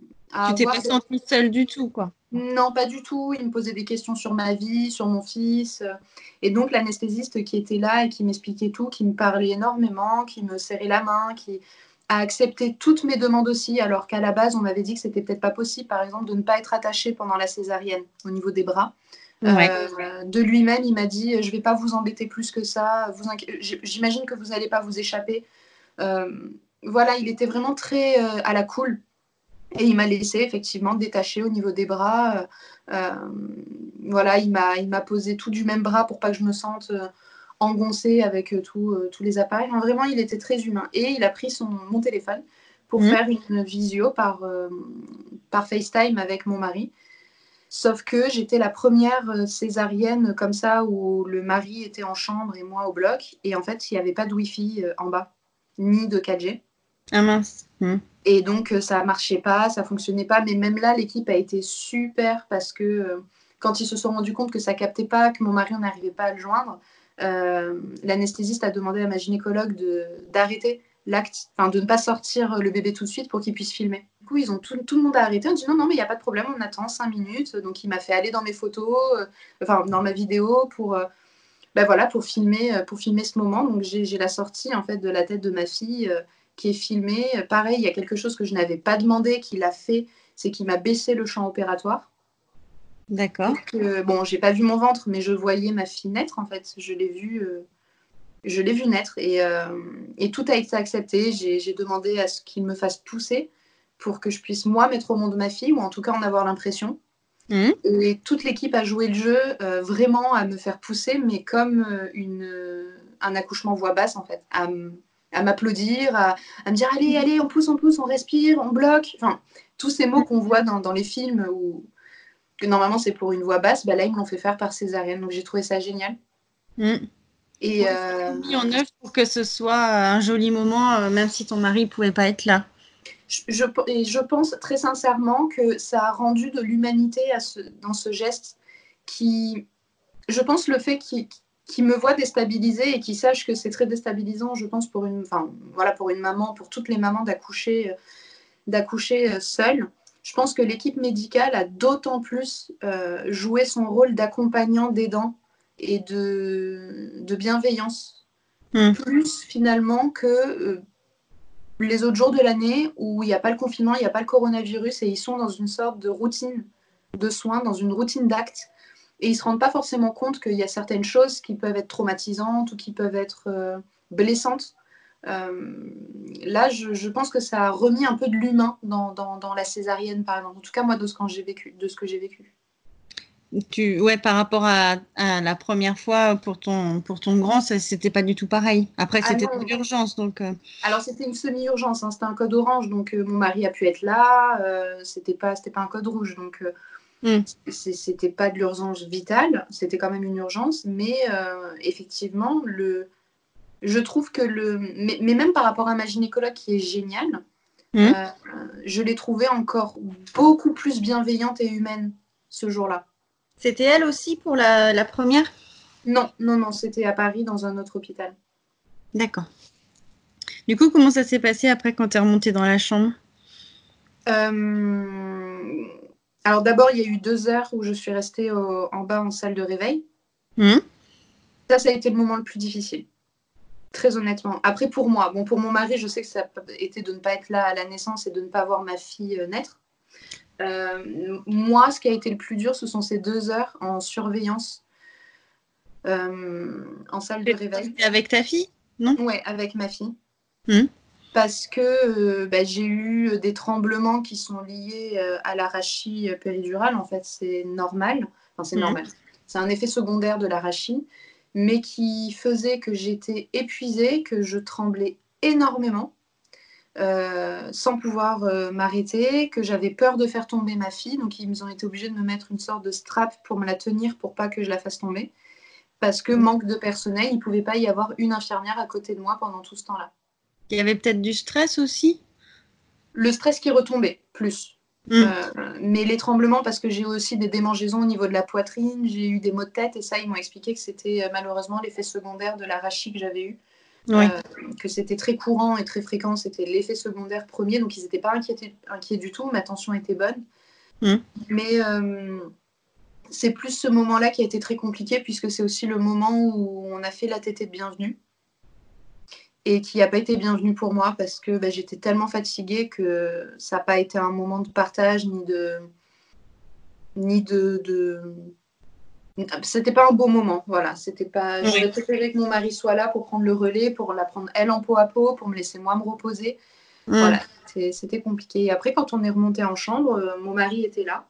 à Tu t'es avoir pas cette... sentie seule du tout, quoi. Non, pas du tout. Il me posait des questions sur ma vie, sur mon fils. Et donc, l'anesthésiste qui était là et qui m'expliquait tout, qui me parlait énormément, qui me serrait la main, qui a accepté toutes mes demandes aussi, alors qu'à la base, on m'avait dit que c'était peut-être pas possible, par exemple, de ne pas être attachée pendant la césarienne au niveau des bras. Ouais. Euh, de lui-même, il m'a dit, je vais pas vous embêter plus que ça. Vous inqui... J'imagine que vous n'allez pas vous échapper. Euh, voilà, il était vraiment très euh, à la cool. Et il m'a laissé effectivement détacher au niveau des bras. Euh, voilà, il m'a, il m'a posé tout du même bras pour pas que je me sente euh, engoncée avec euh, tout, euh, tous les appareils. Enfin, vraiment, il était très humain. Et il a pris son, mon téléphone pour Mmh. faire une visio par, euh, par FaceTime avec mon mari. Sauf que j'étais la première césarienne comme ça où le mari était en chambre et moi au bloc. Et en fait, il n'y avait pas de Wi-Fi en bas, ni de quatre G. Ah mince. Mmh. Et donc, ça marchait pas, ça fonctionnait pas. Mais même là, l'équipe a été super parce que euh, quand ils se sont rendus compte que ça captait pas, que mon mari, on n'arrivait pas à le joindre, euh, l'anesthésiste a demandé à ma gynécologue de, d'arrêter l'acte, enfin de ne pas sortir le bébé tout de suite pour qu'il puisse filmer. Du coup, ils ont tout, tout le monde a arrêté. On dit non, non, mais il n'y a pas de problème, on attend cinq minutes. Donc, il m'a fait aller dans mes photos, euh, enfin dans ma vidéo pour, euh, ben voilà, pour filmer, pour filmer ce moment. Donc, j'ai, j'ai la sortie en fait de la tête de ma fille. Euh, qui est filmé. Pareil, il y a quelque chose que je n'avais pas demandé, qu'il a fait, c'est qu'il m'a baissé le champ opératoire. D'accord. Donc, euh, bon, j'ai pas vu mon ventre, mais je voyais ma fille naître, en fait. Je l'ai vue, euh, je l'ai vue naître. Et, euh, et tout a été accepté. J'ai, j'ai demandé à ce qu'il me fasse pousser pour que je puisse, moi, mettre au monde ma fille, ou en tout cas en avoir l'impression. Mmh. Et toute l'équipe a joué le jeu, euh, vraiment à me faire pousser, mais comme euh, une, euh, un accouchement voix basse, en fait. À à m'applaudir, à, à me dire allez, allez, on pousse, on pousse, on respire, on bloque. Enfin, tous ces mots qu'on voit dans, dans les films où que normalement c'est pour une voix basse, bah là ils me l'ont fait faire par césarienne. Donc j'ai trouvé ça génial. Mmh. Et Ouais, euh, mis en œuvre pour que ce soit un joli moment, euh, même si ton mari ne pouvait pas être là. je, je, et je pense très sincèrement que ça a rendu de l'humanité à ce, dans ce geste qui, je pense, le fait qu'il qui me voit déstabilisée et qui sache que c'est très déstabilisant, je pense, pour une, enfin, voilà, pour une maman, pour toutes les mamans d'accoucher, d'accoucher seule. Je pense que l'équipe médicale a d'autant plus euh, joué son rôle d'accompagnant, d'aidant et de, de bienveillance. Mmh. Plus finalement que euh, les autres jours de l'année où il n'y a pas le confinement, il n'y a pas le coronavirus et ils sont dans une sorte de routine de soins, dans une routine d'actes. Et ils ne se rendent pas forcément compte qu'il y a certaines choses qui peuvent être traumatisantes ou qui peuvent être euh, blessantes. Euh, là, je, je pense que ça a remis un peu de l'humain dans, dans, dans la césarienne, par exemple. En tout cas, moi, de ce que j'ai vécu. De ce que j'ai vécu. tu, ouais, par rapport à, à la première fois pour ton, pour ton grand, ça, c'était pas du tout pareil. Après, Ah c'était non. de l'urgence, donc. euh, Alors, c'était une semi-urgence, hein, c'était un code orange, donc euh, mon mari a pu être là. Euh, c'était pas, c'était pas un code rouge, donc euh, Mm. c'est- c'était pas de l'urgence vitale. C'était quand même une urgence, mais euh, effectivement, le, je trouve que le, mais, mais même par rapport à ma gynécologue qui est géniale, Mm. euh, je l'ai trouvée encore beaucoup plus bienveillante et humaine ce jour-là. C'était elle aussi pour la, la première? Non, non, non, c'était à Paris dans un autre hôpital. D'accord. Du coup, comment ça s'est passé après quand tu es remontée dans la chambre? Euh, Alors d'abord, il y a eu deux heures où je suis restée au- en bas en salle de réveil. Mm. Ça, ça a été le moment le plus difficile, très honnêtement. Après, pour moi, bon, pour mon mari, je sais que ça a été de ne pas être là à la naissance et de ne pas voir ma fille euh, naître. Euh, moi, ce qui a été le plus dur, ce sont ces deux heures en surveillance euh, en salle de réveil. C'était avec ta fille, non? Ouais, avec ma fille. Mm. Parce que euh, bah, j'ai eu des tremblements qui sont liés euh, à l'arachie péridurale. En fait, c'est normal. Enfin, c'est Mm. normal. C'est un effet secondaire de l'arachie, mais qui faisait que j'étais épuisée, que je tremblais énormément, euh, sans pouvoir euh, m'arrêter, que j'avais peur de faire tomber ma fille. Donc, ils ont été obligés de me mettre une sorte de strap pour me la tenir pour pas que je la fasse tomber. Parce que manque de personnel, il ne pouvait pas y avoir une infirmière à côté de moi pendant tout ce temps-là. Il y avait peut-être du stress aussi? Le stress qui retombait, plus. Mm. Euh, mais les tremblements, parce que j'ai eu aussi des démangeaisons au niveau de la poitrine, j'ai eu des maux de tête, et ça, ils m'ont expliqué que c'était euh, malheureusement l'effet secondaire de l'arachie que j'avais eu, Oui. euh, que c'était très courant et très fréquent, c'était l'effet secondaire premier, donc ils n'étaient pas inquiétés, inquiets du tout, ma tension était bonne. Mm. Mais euh, c'est plus ce moment-là qui a été très compliqué, puisque c'est aussi le moment où on a fait la tétée de bienvenue, et qui n'a pas été bienvenue pour moi parce que bah, j'étais tellement fatiguée que ça n'a pas été un moment de partage ni de ni de, de... c'était pas un beau moment, voilà, c'était pas Oui. j'aurais préféré que mon mari soit là pour prendre le relais, pour la prendre elle en peau à peau, pour me laisser moi me reposer. Mm. Voilà, c'était, c'était compliqué. Et après, quand on est remonté en chambre, euh, mon mari était là.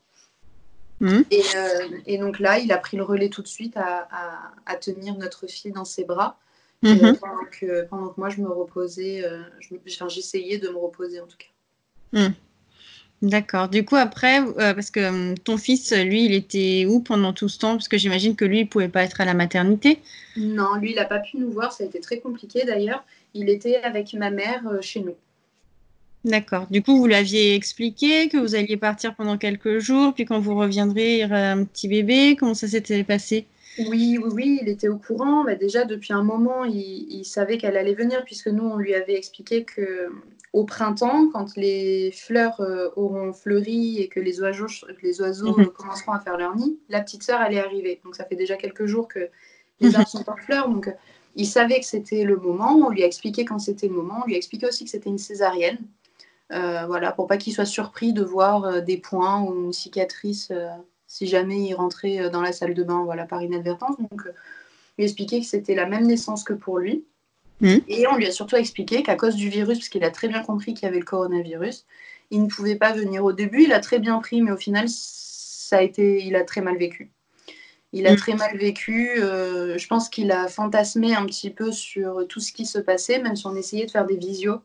Mm. Et, euh, et donc là, il a pris le relais tout de suite à, à, à tenir notre fille dans ses bras. Mhm. Euh, pendant, que, pendant que moi je me reposais, euh, je, enfin, j'essayais de me reposer en tout cas. Mm. D'accord. Du coup, après, euh, parce que euh, ton fils, lui, il était où pendant tout ce temps? Parce que j'imagine que lui, il pouvait pas être à la maternité. Non, lui, il n'a pas pu nous voir, ça a été très compliqué d'ailleurs. Il était avec ma mère euh, chez nous. D'accord. Du coup, vous l'aviez expliqué que vous alliez partir pendant quelques jours, puis quand vous reviendrez, il y aurait un petit bébé. Comment ça s'était passé? Oui, oui, oui, il était au courant. Bah, déjà, depuis un moment, il, il savait qu'elle allait venir, puisque nous, on lui avait expliqué que au printemps, quand les fleurs euh, auront fleuri et que les oiseaux, les oiseaux Mhm. euh, commenceront à faire leur nid, la petite sœur allait arriver. Donc, ça fait déjà quelques jours que les arbres sont en fleurs. Donc, euh, il savait que c'était le moment. On lui a expliqué quand c'était le moment. On lui a expliqué aussi que c'était une césarienne. Euh, voilà, pour pas qu'il soit surpris de voir euh, des points ou une cicatrice euh, si jamais il rentrait euh, dans la salle de bain, voilà, par inadvertance. Donc, euh, lui expliquer que c'était la même naissance que pour lui. Mm. Et on lui a surtout expliqué qu'à cause du virus, parce qu'il a très bien compris qu'il y avait le coronavirus, il ne pouvait pas venir. Au début, il a très bien pris, mais au final, ça a été, il a très mal vécu. Il a Mm. très mal vécu. Euh, je pense qu'il a fantasmé un petit peu sur tout ce qui se passait, même si on essayait de faire des visios.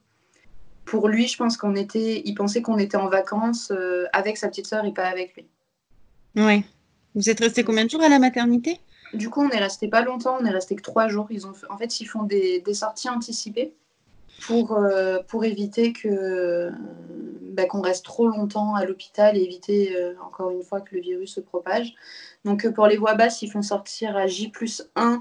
Pour lui, je pense qu'on était, il pensait qu'on était en vacances euh, avec sa petite sœur et pas avec lui. Oui. Vous êtes resté combien de jours à la maternité? Du coup, on n'est resté pas longtemps, on est resté que trois jours. Ils ont, en fait, ils font des, des sorties anticipées pour, euh, pour éviter que, bah, qu'on reste trop longtemps à l'hôpital et éviter, euh, encore une fois, que le virus se propage. Donc, euh, pour les voies basses, ils font sortir à J plus un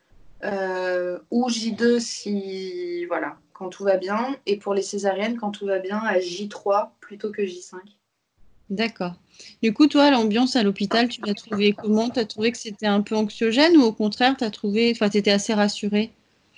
euh, ou J deux si, voilà, quand tout va bien. Et pour les césariennes, quand tout va bien, à J trois plutôt que J cinq. D'accord. Du coup, toi, l'ambiance à l'hôpital, tu l'as trouvé comment? Tu as trouvé que c'était un peu anxiogène ou au contraire, tu as trouvé, enfin, tu étais assez rassurée?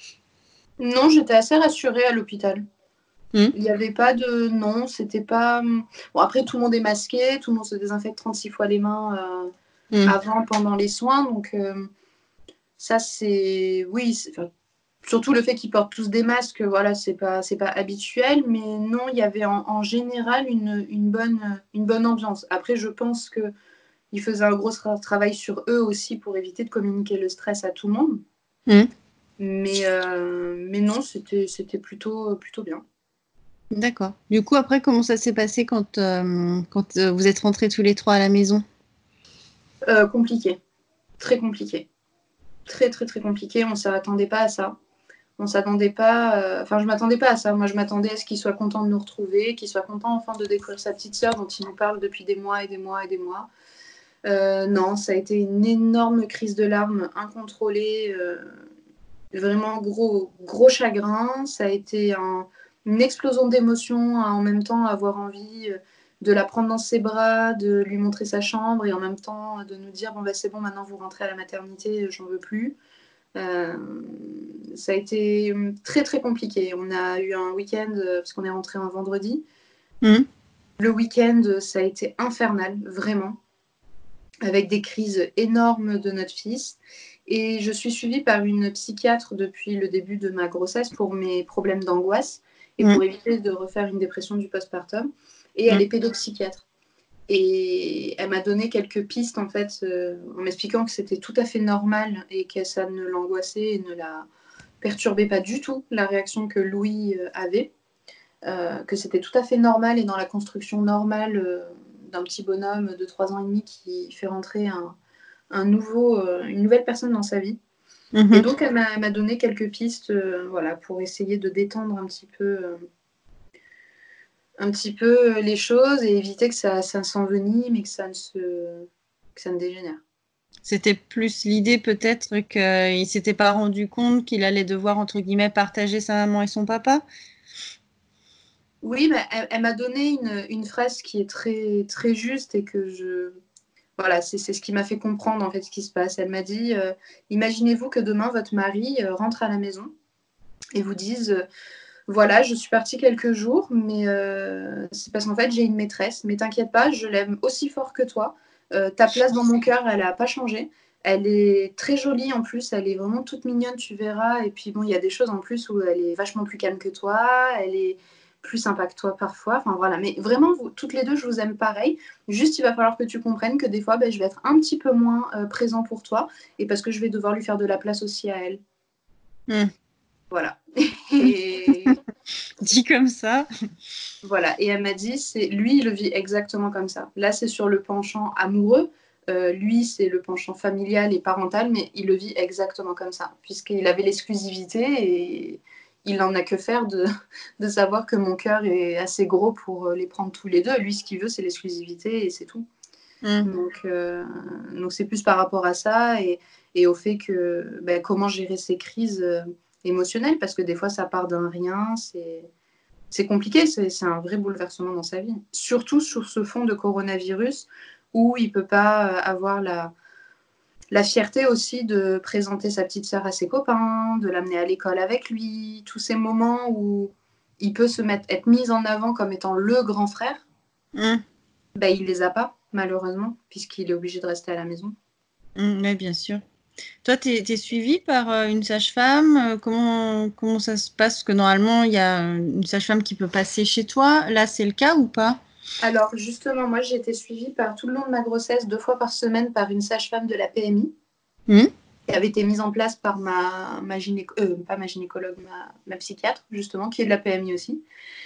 Non, j'étais assez rassurée à l'hôpital. Mm. Il n'y avait pas de... Non, c'était pas... Bon, après, tout le monde est masqué, tout le monde se désinfecte trente-six fois les mains euh, Mm. avant, pendant les soins. Donc, euh, ça, c'est... Oui, c'est... Enfin, surtout le fait qu'ils portent tous des masques, voilà, c'est pas, c'est pas habituel. Mais non, il y avait en, en général une, une, bonne, une bonne ambiance. Après, je pense que ils faisaient un gros tra- travail sur eux aussi pour éviter de communiquer le stress à tout le monde. Mmh. Mais, euh, mais non, c'était, c'était plutôt, plutôt bien. D'accord. Du coup, après, comment ça s'est passé quand, euh, quand euh, vous êtes rentrés tous les trois à la maison? Euh, compliqué, très compliqué. Très, très, très compliqué. On ne s'attendait pas à ça. On s'attendait pas... euh, Enfin, je ne m'attendais pas à ça. Moi, je m'attendais à ce qu'il soit content de nous retrouver, qu'il soit content enfin de découvrir sa petite sœur dont il nous parle depuis des mois et des mois et des mois. Euh, non, ça a été une énorme crise de larmes incontrôlée. Euh, vraiment gros, gros chagrin. Ça a été un, une explosion d'émotions, hein, en même temps avoir envie de la prendre dans ses bras, de lui montrer sa chambre et en même temps de nous dire bon bah c'est bon, maintenant vous rentrez à la maternité, j'en veux plus. Euh, ça a été très très compliqué. On a eu un week-end parce qu'on est rentré un vendredi. Mmh. Le week-end, ça a été infernal, vraiment, avec des crises énormes de notre fils. Et je suis suivie par une psychiatre depuis le début de ma grossesse pour mes problèmes d'angoisse et Mmh. pour éviter de refaire une dépression du postpartum. Et elle Mmh. est pédopsychiatre. Et elle m'a donné quelques pistes, en fait, euh, en m'expliquant que c'était tout à fait normal et que ça ne l'angoissait et ne la perturbait pas du tout, la réaction que Louis euh, avait. Euh, que c'était tout à fait normal et dans la construction normale euh, d'un petit bonhomme de trois ans et demi qui fait rentrer un, un nouveau, euh, une nouvelle personne dans sa vie. Mmh. Et donc, elle m'a, elle m'a donné quelques pistes euh, voilà, pour essayer de détendre un petit peu, euh, un petit peu les choses et éviter que ça, ça s'envenime et que ça ne, se, que ça ne dégénère. C'était plus l'idée peut-être qu'il ne s'était pas rendu compte qu'il allait devoir, entre guillemets, partager sa maman et son papa? Oui, mais elle, elle m'a donné une, une phrase qui est très, très juste et que je... Voilà, c'est, c'est ce qui m'a fait comprendre en fait ce qui se passe. Elle m'a dit, euh, imaginez-vous que demain votre mari euh, rentre à la maison et vous dise, euh, voilà, je suis partie quelques jours, mais euh, c'est parce qu'en fait j'ai une maîtresse. Mais t'inquiète pas, je l'aime aussi fort que toi. Euh, ta place dans mon cœur, elle n'a pas changé. Elle est très jolie en plus, elle est vraiment toute mignonne, tu verras. Et puis bon, il y a des choses en plus où elle est vachement plus calme que toi, elle est plus sympa que toi parfois. Enfin voilà, mais vraiment, vous, toutes les deux, je vous aime pareil. Juste, il va falloir que tu comprennes que des fois, ben, je vais être un petit peu moins euh, présent pour toi et parce que je vais devoir lui faire de la place aussi à elle. Mmh. Voilà. Et... Dit comme ça. Voilà, et elle m'a dit, c'est lui, il le vit exactement comme ça. Là, c'est sur le penchant amoureux. Euh, lui, c'est le penchant familial et parental, mais il le vit exactement comme ça, puisqu'il avait l'exclusivité et il n'en a que faire de, de savoir que mon cœur est assez gros pour les prendre tous les deux. Lui, ce qu'il veut, c'est l'exclusivité et c'est tout. Mmh. Donc, euh, donc, c'est plus par rapport à ça et, et au fait que ben, comment gérer ces crises euh, émotionnelles, parce que des fois, ça part d'un rien, c'est... C'est compliqué, c'est, c'est un vrai bouleversement dans sa vie. Surtout sur ce fond de coronavirus où il ne peut pas avoir la, la fierté aussi de présenter sa petite sœur à ses copains, de l'amener à l'école avec lui, tous ces moments où il peut se mettre, être mis en avant comme étant le grand frère, Mmh. ben, il ne les a pas, malheureusement, puisqu'il est obligé de rester à la maison. Mmh, oui, bien sûr. Toi, tu es suivie par euh, une sage-femme. euh, comment, comment ça se passe? Parce que normalement, il y a une sage-femme qui peut passer chez toi. Là, c'est le cas ou pas? Alors justement, moi j'ai été suivie par tout le long de ma grossesse, deux fois par semaine, par une sage-femme de la P M I. Mmh. Qui avait été mise en place par ma, ma gynéco, euh, pas ma gynécologue, ma, ma psychiatre, justement, qui est de la P M I aussi.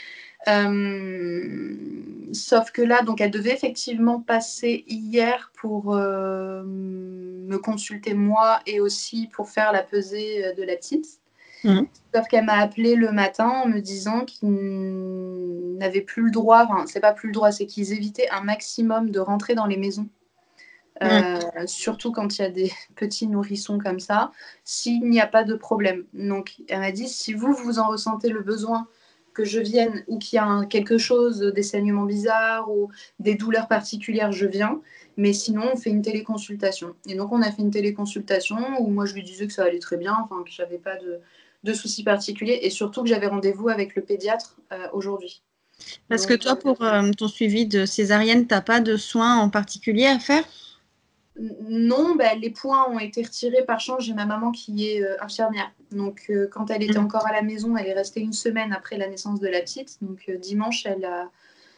Euh, sauf que là, donc, elle devait effectivement passer hier pour euh, me consulter moi et aussi pour faire la pesée de la petite. Mmh. Sauf qu'elle m'a appelé le matin en me disant qu'ils n'avaient plus le droit, enfin, c'est pas plus le droit, c'est qu'ils évitaient un maximum de rentrer dans les maisons. Euh, mmh. Surtout quand il y a des petits nourrissons comme ça, s'il n'y a pas de problème. Donc, elle m'a dit, si vous, vous en ressentez le besoin que je vienne ou qu'il y a un, quelque chose, des saignements bizarres ou des douleurs particulières, je viens. Mais sinon, on fait une téléconsultation. Et donc, on a fait une téléconsultation où moi, je lui disais que ça allait très bien, enfin, que je n'avais pas de, de soucis particuliers et surtout que j'avais rendez-vous avec le pédiatre euh, aujourd'hui. Parce donc, que toi, pour euh, ton suivi de césarienne, tu n'as pas de soins en particulier à faire? Non, bah, les points ont été retirés par chance. J'ai ma maman qui est euh, infirmière. Donc, euh, quand elle était mmh. encore à la maison, elle est restée une semaine après la naissance de la petite. Donc, euh, dimanche, elle a...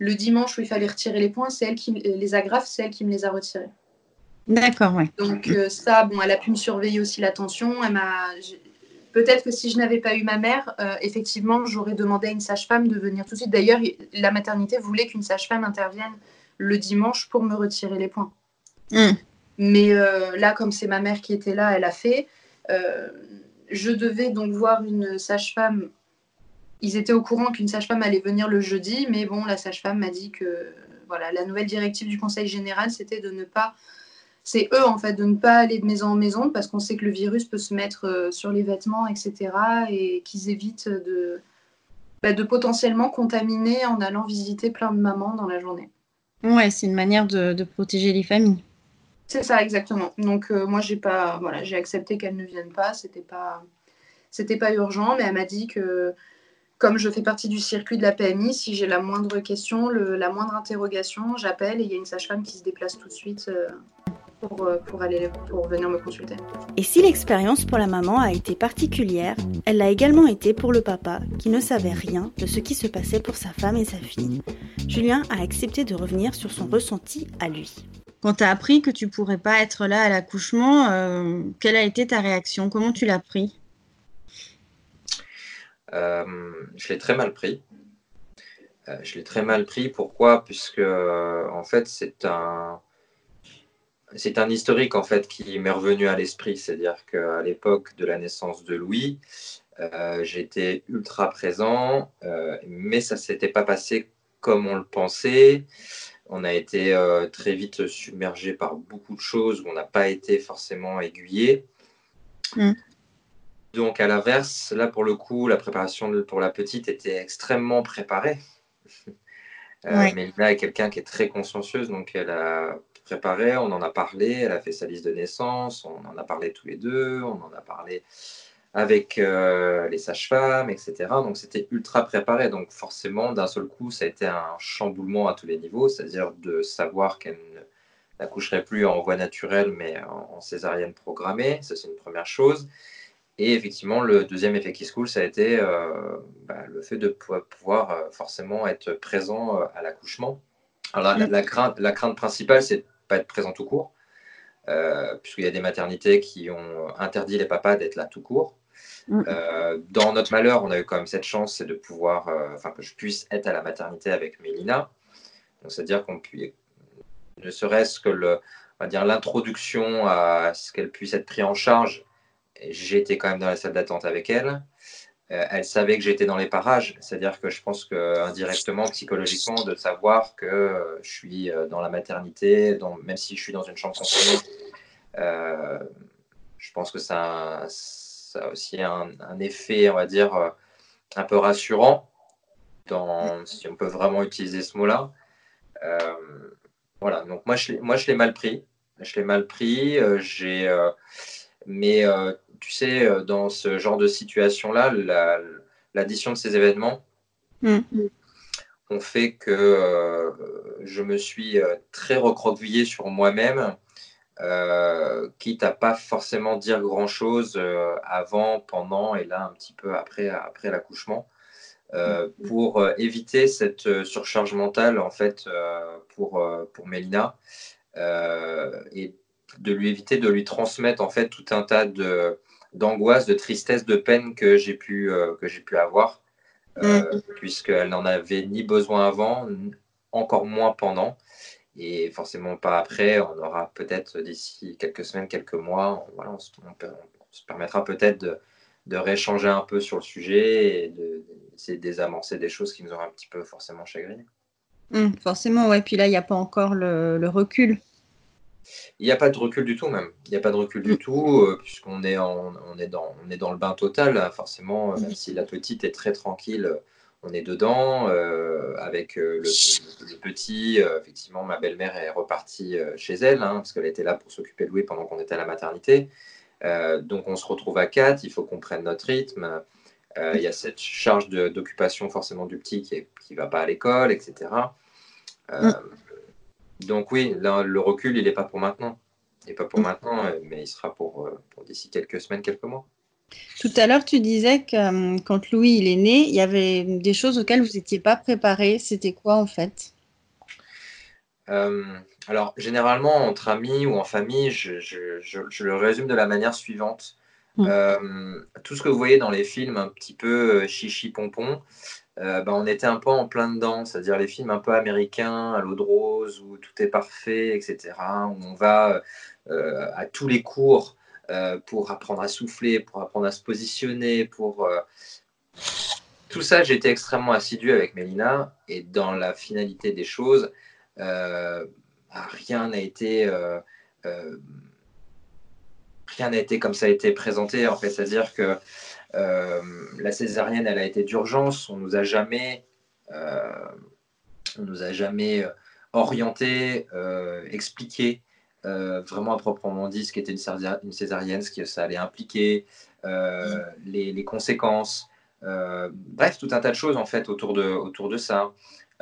le dimanche où il fallait retirer les points, c'est elle qui, les agrafes, c'est elle qui me les a retirés. D'accord, ouais. Donc euh, ça, bon, elle a pu me surveiller aussi la tension. Elle m'a... Peut-être que si je n'avais pas eu ma mère, euh, effectivement, j'aurais demandé à une sage-femme de venir tout de suite. D'ailleurs, la maternité voulait qu'une sage-femme intervienne le dimanche pour me retirer les points. Mmh. Mais euh, là, comme c'est ma mère qui était là, elle a fait. Euh, je devais donc voir une sage-femme. Ils étaient au courant qu'une sage-femme allait venir le jeudi, mais bon, la sage-femme m'a dit que voilà, la nouvelle directive du Conseil général, c'était de ne pas... C'est eux, en fait, de ne pas aller de maison en maison parce qu'on sait que le virus peut se mettre euh, sur les vêtements, et cetera. Et qu'ils évitent de, bah, de potentiellement contaminer en allant visiter plein de mamans dans la journée. Ouais, c'est une manière de, de protéger les familles. C'est ça, exactement. Donc, euh, moi, j'ai pas, voilà, j'ai accepté qu'elle ne vienne pas. C'était pas, c'était pas urgent, mais elle m'a dit que, comme je fais partie du circuit de la P M I, si j'ai la moindre question, le, la moindre interrogation, j'appelle et il y a une sage-femme qui se déplace tout de suite. Euh, Pour, pour, aller, pour venir me consulter. Et si l'expérience pour la maman a été particulière, elle l'a également été pour le papa, qui ne savait rien de ce qui se passait pour sa femme et sa fille. Julien a accepté de revenir sur son ressenti à lui. Quand tu as appris que tu ne pourrais pas être là à l'accouchement, euh, quelle a été ta réaction? Comment tu l'as pris? euh, Je l'ai très mal pris. Euh, je l'ai très mal pris. Pourquoi? Puisque, euh, en fait, c'est un... C'est un historique en fait qui m'est revenu à l'esprit, c'est-à-dire qu'à l'époque de la naissance de Louis, euh, j'étais ultra présent, euh, mais ça ne s'était pas passé comme on le pensait. On a été euh, très vite submergé par beaucoup de choses où on n'a pas été forcément aiguillé. Mm. Donc à l'inverse, là pour le coup, la préparation de, pour la petite était extrêmement préparée. euh, ouais. Mélina est quelqu'un qui est très consciencieuse, donc elle a préparé, on en a parlé, elle a fait sa liste de naissance, on en a parlé tous les deux, on en a parlé avec euh, les sages-femmes, et cetera. Donc c'était ultra préparé, donc forcément d'un seul coup ça a été un chamboulement à tous les niveaux, c'est-à-dire de savoir qu'elle n'accoucherait plus en voie naturelle mais en, en césarienne programmée, ça c'est une première chose. Et effectivement le deuxième effet qui se coule, ça a été euh, bah, le fait de pouvoir, pouvoir euh, forcément être présent euh, à l'accouchement. Alors la, la, crainte, la crainte principale, c'est de ne pas être présent tout court, euh, puisqu'il y a des maternités qui ont interdit les papas d'être là tout court. Mmh. Euh, dans notre malheur, on a eu quand même cette chance, c'est de pouvoir, euh, enfin que je puisse être à la maternité avec Mélina. Donc c'est-à-dire qu'on puisse, ne serait-ce que le, on va dire l'introduction à ce qu'elle puisse être prise en charge. J'ai été quand même dans la salle d'attente avec elle. Euh, elle savait que j'étais dans les parages, c'est-à-dire que je pense qu'indirectement, psychologiquement, de savoir que euh, je suis euh, dans la maternité, dans, même si je suis dans une chambre confinée, euh, je pense que ça, ça a aussi un, un effet, on va dire, euh, un peu rassurant, dans, si on peut vraiment utiliser ce mot-là. Euh, voilà, donc moi je, moi, je l'ai mal pris. Je l'ai mal pris, euh, j'ai... Euh, mais euh, tu sais, dans ce genre de situation-là, la, l'addition de ces événements mmh. ont fait que euh, je me suis très recroquevillé sur moi-même, euh, quitte à pas forcément dire grand-chose euh, avant, pendant et là un petit peu après, après l'accouchement, euh, mmh. pour euh, éviter cette surcharge mentale en fait euh, pour, euh, pour Mélina euh, et de lui éviter de lui transmettre en fait tout un tas de d'angoisse, de tristesse, de peine que j'ai pu euh, que j'ai pu avoir, euh, mmh. puisqu'elle n'en avait ni besoin avant, encore moins pendant, et forcément pas après. On aura peut-être d'ici quelques semaines, quelques mois, on, voilà, on, se, on, peut, on se permettra peut-être de, de rééchanger un peu sur le sujet et de, d'essayer de désamorcer des choses qui nous auraient un petit peu forcément chagrinés. Mmh, forcément, ouais. Puis là, il n'y a pas encore le, le recul. Il n'y a pas de recul du tout, même. Il n'y a pas de recul du tout, euh, puisqu'on est, en, on est, dans, on est dans le bain total, là, forcément. Même si la petite est très tranquille, on est dedans. Euh, avec euh, le, le, le petit, euh, effectivement, ma belle-mère est repartie euh, chez elle, hein, parce qu'elle était là pour s'occuper de Louis pendant qu'on était à la maternité. Euh, donc, on se retrouve à quatre, il faut qu'on prenne notre rythme. Euh, il y a cette charge de, d'occupation, forcément, du petit qui ne va pas à l'école, et cetera. Euh, Donc oui, là, le recul, il n'est pas pour maintenant. Il n'est pas pour maintenant, mais il sera pour, pour d'ici quelques semaines, quelques mois. Tout à l'heure, tu disais que euh, quand Louis il est né, il y avait des choses auxquelles vous n'étiez pas préparés. C'était quoi en fait? Euh, alors, généralement, entre amis ou en famille, je, je- je- je le résume de la manière suivante. Mm. Euh, tout ce que vous voyez dans les films un petit peu euh, chichi-pompon, euh, ben, on était un peu en plein dedans, c'est-à-dire les films un peu américains, à l'eau de rose, où tout est parfait, et cetera, où on va euh, à tous les cours euh, pour apprendre à souffler, pour apprendre à se positionner, pour... euh, tout ça, j'étais extrêmement assidu avec Mélina, et dans la finalité des choses, euh, rien n'a été, euh, euh, rien n'a été comme ça a été présenté. En fait, c'est-à-dire que euh, la césarienne, elle a été d'urgence. On nous a jamais, euh, on nous a jamais orienté, euh, expliqué euh, vraiment à proprement dit ce qu'était une, une césarienne, ce que ça allait impliquer, euh, les, les conséquences. Euh, bref, tout un tas de choses en fait autour de, autour de ça.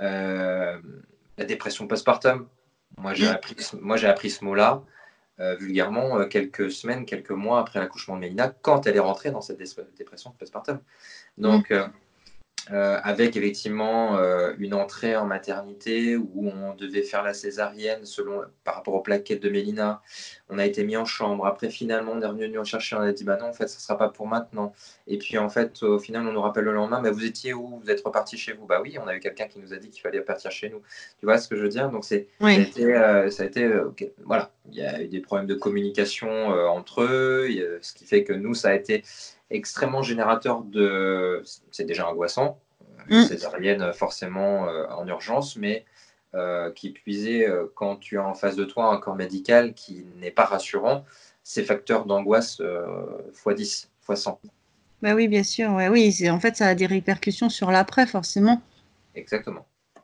Euh, la dépression postpartum. Moi, j'ai appris, moi, j'ai appris ce mot-là euh, vulgairement euh, quelques semaines, quelques mois après l'accouchement de Mélina, quand elle est rentrée dans cette dépression postpartum. Donc, euh, euh, avec effectivement euh, une entrée en maternité où on devait faire la césarienne selon, par rapport aux plaquettes de Mélina. On a été mis en chambre. Après, finalement, on est revenu nous chercher. On a dit, bah non, en fait, ça ne sera pas pour maintenant. Et puis, en fait, au final, on nous rappelle le lendemain, mais vous étiez où? Vous êtes reparti chez vous? Bah oui, on a eu quelqu'un qui nous a dit qu'il fallait partir chez nous. Tu vois ce que je veux dire? Donc, c'est, Oui. ça a été, euh, ça a été euh, okay. Voilà. Il y a eu des problèmes de communication euh, entre eux, il y a, ce qui fait que nous, ça a été extrêmement générateur de... C'est déjà angoissant, une césarienne forcément euh, en urgence, mais euh, qui puisait euh, quand tu as en face de toi un corps médical qui n'est pas rassurant, c'est facteur d'angoisse euh, fois dix, fois cent. Bah oui, bien sûr. Ouais, oui, c'est, en fait, ça a des répercussions sur l'après, forcément. Exactement.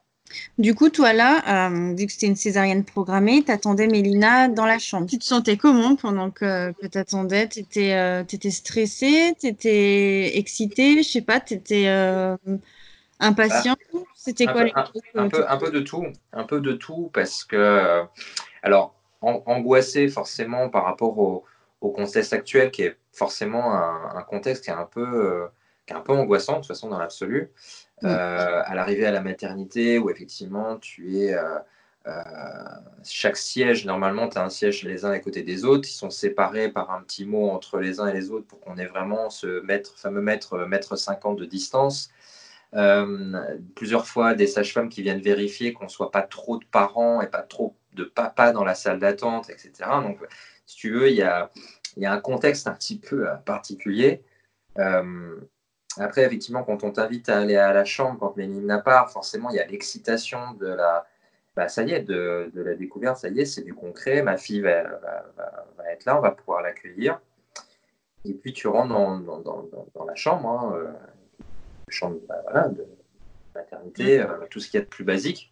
Du coup, toi là, euh, vu que c'était une césarienne programmée, tu attendais Mélina dans la chambre. Tu te sentais comment pendant que, que tu attendais? Tu étais euh, stressée? Tu étais excitée? Je sais pas, tu étais euh, impatient? Ah, C'était quoi peu, les un, trucs un, peu, un peu de tout. Un peu de tout parce que, euh, alors, an, angoissé forcément par rapport au, au contexte actuel qui est forcément un, un contexte qui est un peu, euh, qui est un peu angoissant de toute façon dans l'absolu. Euh, à l'arrivée à la maternité où effectivement tu es euh, euh, chaque siège, normalement tu as un siège les uns à côté des autres, ils sont séparés par un petit mot entre les uns et les autres pour qu'on ait vraiment ce mètre, fameux mètre, mètre cinquante de distance. Euh, plusieurs fois des sages-femmes qui viennent vérifier qu'on ne soit pas trop de parents et pas trop de papa dans la salle d'attente, et cetera. Donc si tu veux, il y a, y a un contexte un petit peu particulier. Euh, Après, effectivement, quand on t'invite à aller à la chambre, quand Mélina part, forcément, il y a l'excitation de la, bah, ça y est, de, de la découverte, ça y est, c'est du concret. Ma fille va, va, va, va être là, on va pouvoir l'accueillir. Et puis, tu rentres dans, dans, dans, dans la chambre, hein, euh, chambre bah, voilà, de maternité, euh, tout ce qu'il y a de plus basique,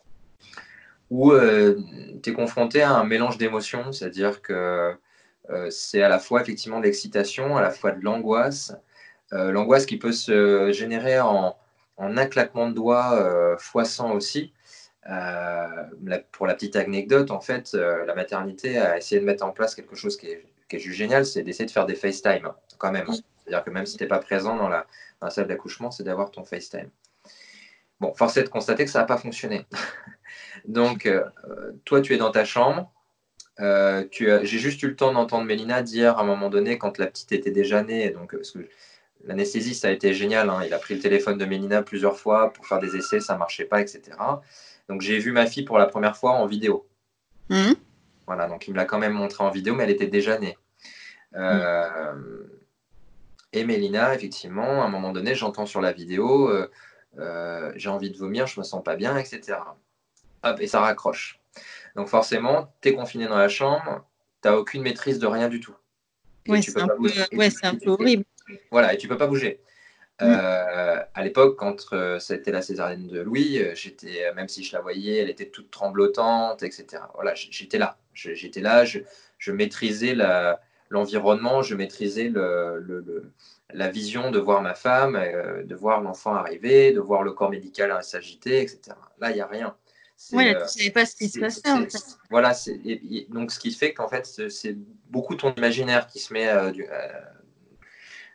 où euh, tu es confronté à un mélange d'émotions, c'est-à-dire que euh, c'est à la fois, effectivement, de l'excitation, à la fois de l'angoisse. Euh, l'angoisse qui peut se générer en, en un claquement de doigts euh, fois cent aussi. Euh, la, pour la petite anecdote, en fait, euh, la maternité a essayé de mettre en place quelque chose qui est, qui est juste génial, c'est d'essayer de faire des FaceTime, hein, quand même. C'est-à-dire que même si tu n'es pas présent dans la, dans la salle d'accouchement, c'est d'avoir ton FaceTime. Bon, force est de constater que ça n'a pas fonctionné. Donc, euh, toi, tu es dans ta chambre. Euh, j'ai juste eu le temps d'entendre Mélina dire à un moment donné, quand la petite était déjà née, donc, parce que l'anesthésie, ça a été génial. Hein. Il a pris le téléphone de Mélina plusieurs fois pour faire des essais, ça ne marchait pas, et cetera. Donc, j'ai vu ma fille pour la première fois en vidéo. Mmh. Voilà, donc il me l'a quand même montré en vidéo, mais elle était déjà née. Euh, mmh. Et Mélina, effectivement, à un moment donné, j'entends sur la vidéo, euh, euh, j'ai envie de vomir, je ne me sens pas bien, et cetera. Hop, et ça raccroche. Donc, forcément, tu es confiné dans la chambre, tu n'as aucune maîtrise de rien du tout. Oui, c'est un, peu, ouais, tu, un peu horrible. Voilà, et tu ne peux pas bouger. Euh, à l'époque, quand euh, c'était la césarienne de Louis, euh, j'étais, même si je la voyais, elle était toute tremblotante, et cetera. Voilà, j'étais là. J'étais là, je, je maîtrisais la, l'environnement, je maîtrisais le, le, le, la vision de voir ma femme, euh, de voir l'enfant arriver, de voir le corps médical s'agiter, et cetera. Là, il n'y a rien. Oui, tu ne savais pas ce qui se passait. En fait. Voilà, c'est, et, et, donc ce qui fait qu'en fait, c'est beaucoup ton imaginaire qui se met euh, du, euh,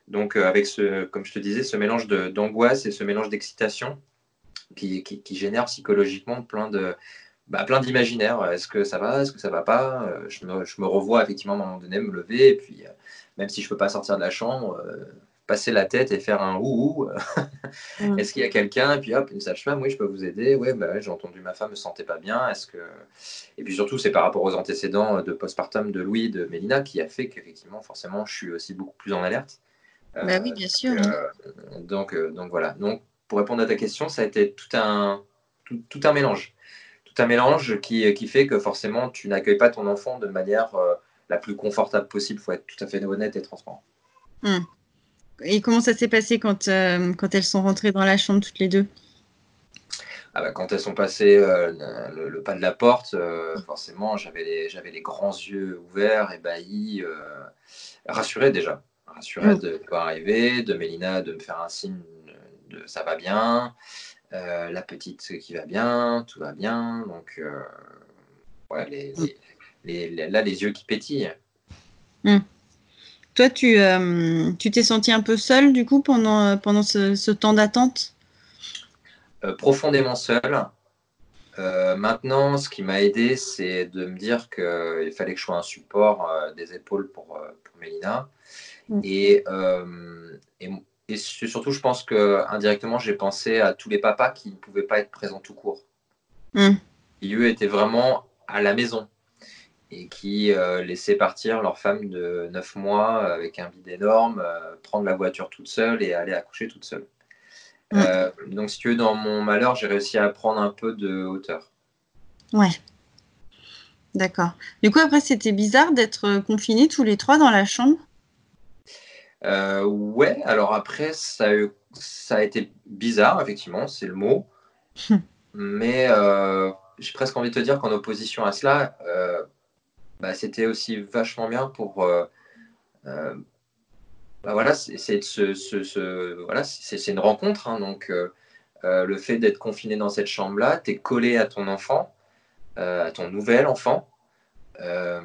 Donc, euh, avec ce, comme je te disais, ce mélange de, d'angoisse et ce mélange d'excitation qui, qui, qui génère psychologiquement plein de, bah, plein d'imaginaires. Est-ce que ça va? Est-ce que ça va pas? euh, je, me, je me revois effectivement à un moment donné me lever et puis, euh, même si je peux pas sortir de la chambre, euh, passer la tête et faire un ouh. Mmh. Est-ce qu'il y a quelqu'un? Et puis hop, une sage-femme, oui, je peux vous aider. Ouais, bah, ouais, j'ai entendu ma femme ne se sentait pas bien. Est-ce que... Et puis surtout, c'est par rapport aux antécédents de postpartum de Louis, de Mélina, qui a fait qu'effectivement, forcément, je suis aussi beaucoup plus en alerte. Bah euh, oui, bien sûr. Euh, donc, euh, donc voilà. Donc, pour répondre à ta question, ça a été tout un, tout, tout un mélange. Tout un mélange qui, qui fait que forcément, tu n'accueilles pas ton enfant de manière euh, la plus confortable possible. Il faut être tout à fait honnête et transparent. Mmh. Et comment ça s'est passé quand, euh, quand elles sont rentrées dans la chambre toutes les deux? Ah bah, quand elles sont passées euh, le, le pas de la porte, euh, forcément, j'avais les, j'avais les grands yeux ouverts, ébahis, euh, rassurés déjà. Rassurés mmh. de pouvoir arriver, de Mélina de me faire un signe de ça va bien, euh, la petite qui va bien, tout va bien. Donc, euh, ouais, les, mmh. les, les, là, les yeux qui pétillent. Mmh. Toi, tu, euh, tu t'es sentie un peu seule, du coup, pendant, pendant ce, ce temps d'attente? euh, Profondément seule. Euh, maintenant, ce qui m'a aidé, c'est de me dire qu'il fallait que je sois un support euh, des épaules pour, euh, pour Mélina. Mmh. Et, euh, et, et surtout, je pense qu'indirectement, j'ai pensé à tous les papas qui ne pouvaient pas être présents tout court. Mmh. Qui, eux, étaient vraiment à la maison. Et qui euh, laissaient partir leur femme de neuf mois avec un bide énorme, euh, prendre la voiture toute seule et aller accoucher toute seule. Mmh. Euh, donc, si tu veux, dans mon malheur, j'ai réussi à prendre un peu de hauteur. Ouais. D'accord. Du coup, après, c'était bizarre d'être confinés tous les trois dans la chambre? euh, Ouais, alors après, ça a, eu, ça a été bizarre, effectivement, c'est le mot. Mais euh, j'ai presque envie de te dire qu'en opposition à cela, euh, bah, c'était aussi vachement bien pour euh, euh, bah, voilà, c'est, c'est, ce, ce, ce, voilà, c'est, c'est une rencontre, hein, donc euh, euh, le fait d'être confiné dans cette chambre-là, tu es collé à ton enfant, euh, à ton nouvel enfant, euh,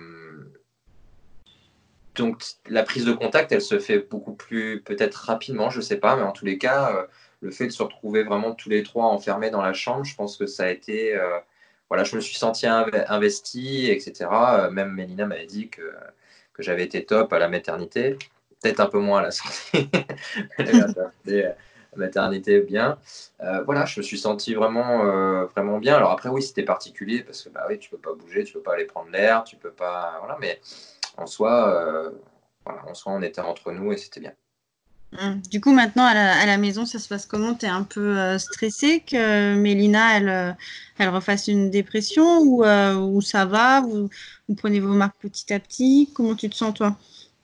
donc la prise de contact, elle se fait beaucoup plus peut-être rapidement, je sais pas, mais en tous les cas, euh, le fait de se retrouver vraiment tous les trois enfermés dans la chambre, je pense que ça a été euh, voilà, je me suis senti investi, et cetera. Même Mélina m'avait dit que, que j'avais été top à la maternité, peut-être un peu moins à la sortie, la maternité bien. Euh, voilà, je me suis senti vraiment, euh, vraiment bien. Alors après, oui, c'était particulier parce que bah oui, tu peux pas bouger, tu peux pas aller prendre l'air, tu peux pas, voilà, mais en soi, euh, voilà, en soi, on était entre nous et c'était bien. Du coup, maintenant, à la, à la maison, ça se passe comment? Tu es un peu euh, stressée que Mélina, elle, euh, elle refasse une dépression ou, euh, ou ça va? Vous, vous prenez vos marques petit à petit? Comment tu te sens, toi?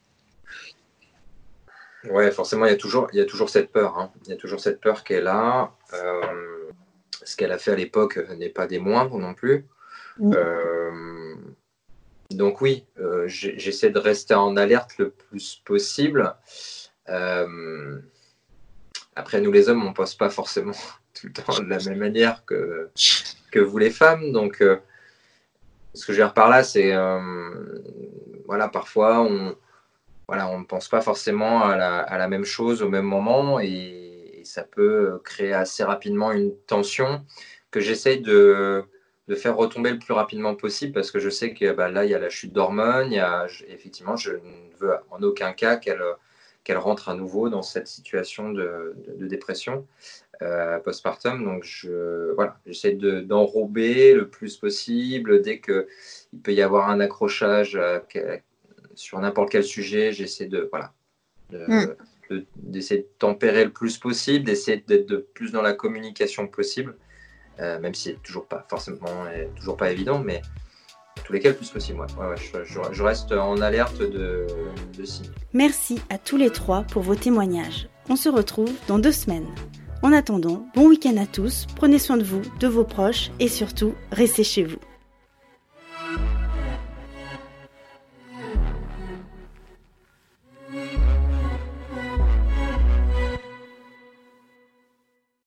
Ouais, forcément, il y a toujours, il y a toujours cette peur. Hein. Il y a toujours cette peur qu'elle a. Euh, ce qu'elle a fait à l'époque n'est pas des moindres non plus. Mmh. Euh, donc oui, euh, j'essaie de rester en alerte le plus possible. Euh, après, nous les hommes, on ne pense pas forcément tout le temps de la même manière que, que vous les femmes. Donc, euh, ce que je veux dire par là, c'est euh, voilà, parfois on voilà, on ne pense pas forcément à la, à la même chose au même moment et, et ça peut créer assez rapidement une tension que j'essaye de, de faire retomber le plus rapidement possible parce que je sais que bah, là, il y a la chute d'hormones, il y a, effectivement, je ne veux en aucun cas qu'elle qu'elle rentre à nouveau dans cette situation de, de, de dépression euh, postpartum. Donc, je, voilà, j'essaie de, d'enrober le plus possible. Dès qu'il peut y avoir un accrochage à, sur n'importe quel sujet, j'essaie de, voilà, de, mmh. de, d'essayer de tempérer le plus possible, d'essayer d'être de plus dans la communication possible, euh, même si c'est toujours pas forcément toujours pas évident, mais en tous les cas, le plus possible. Ouais. Ouais, ouais, je, je, je reste en alerte de, de signes. Merci à tous les trois pour vos témoignages. On se retrouve dans deux semaines. En attendant, bon week-end à tous, prenez soin de vous, de vos proches et surtout, restez chez vous.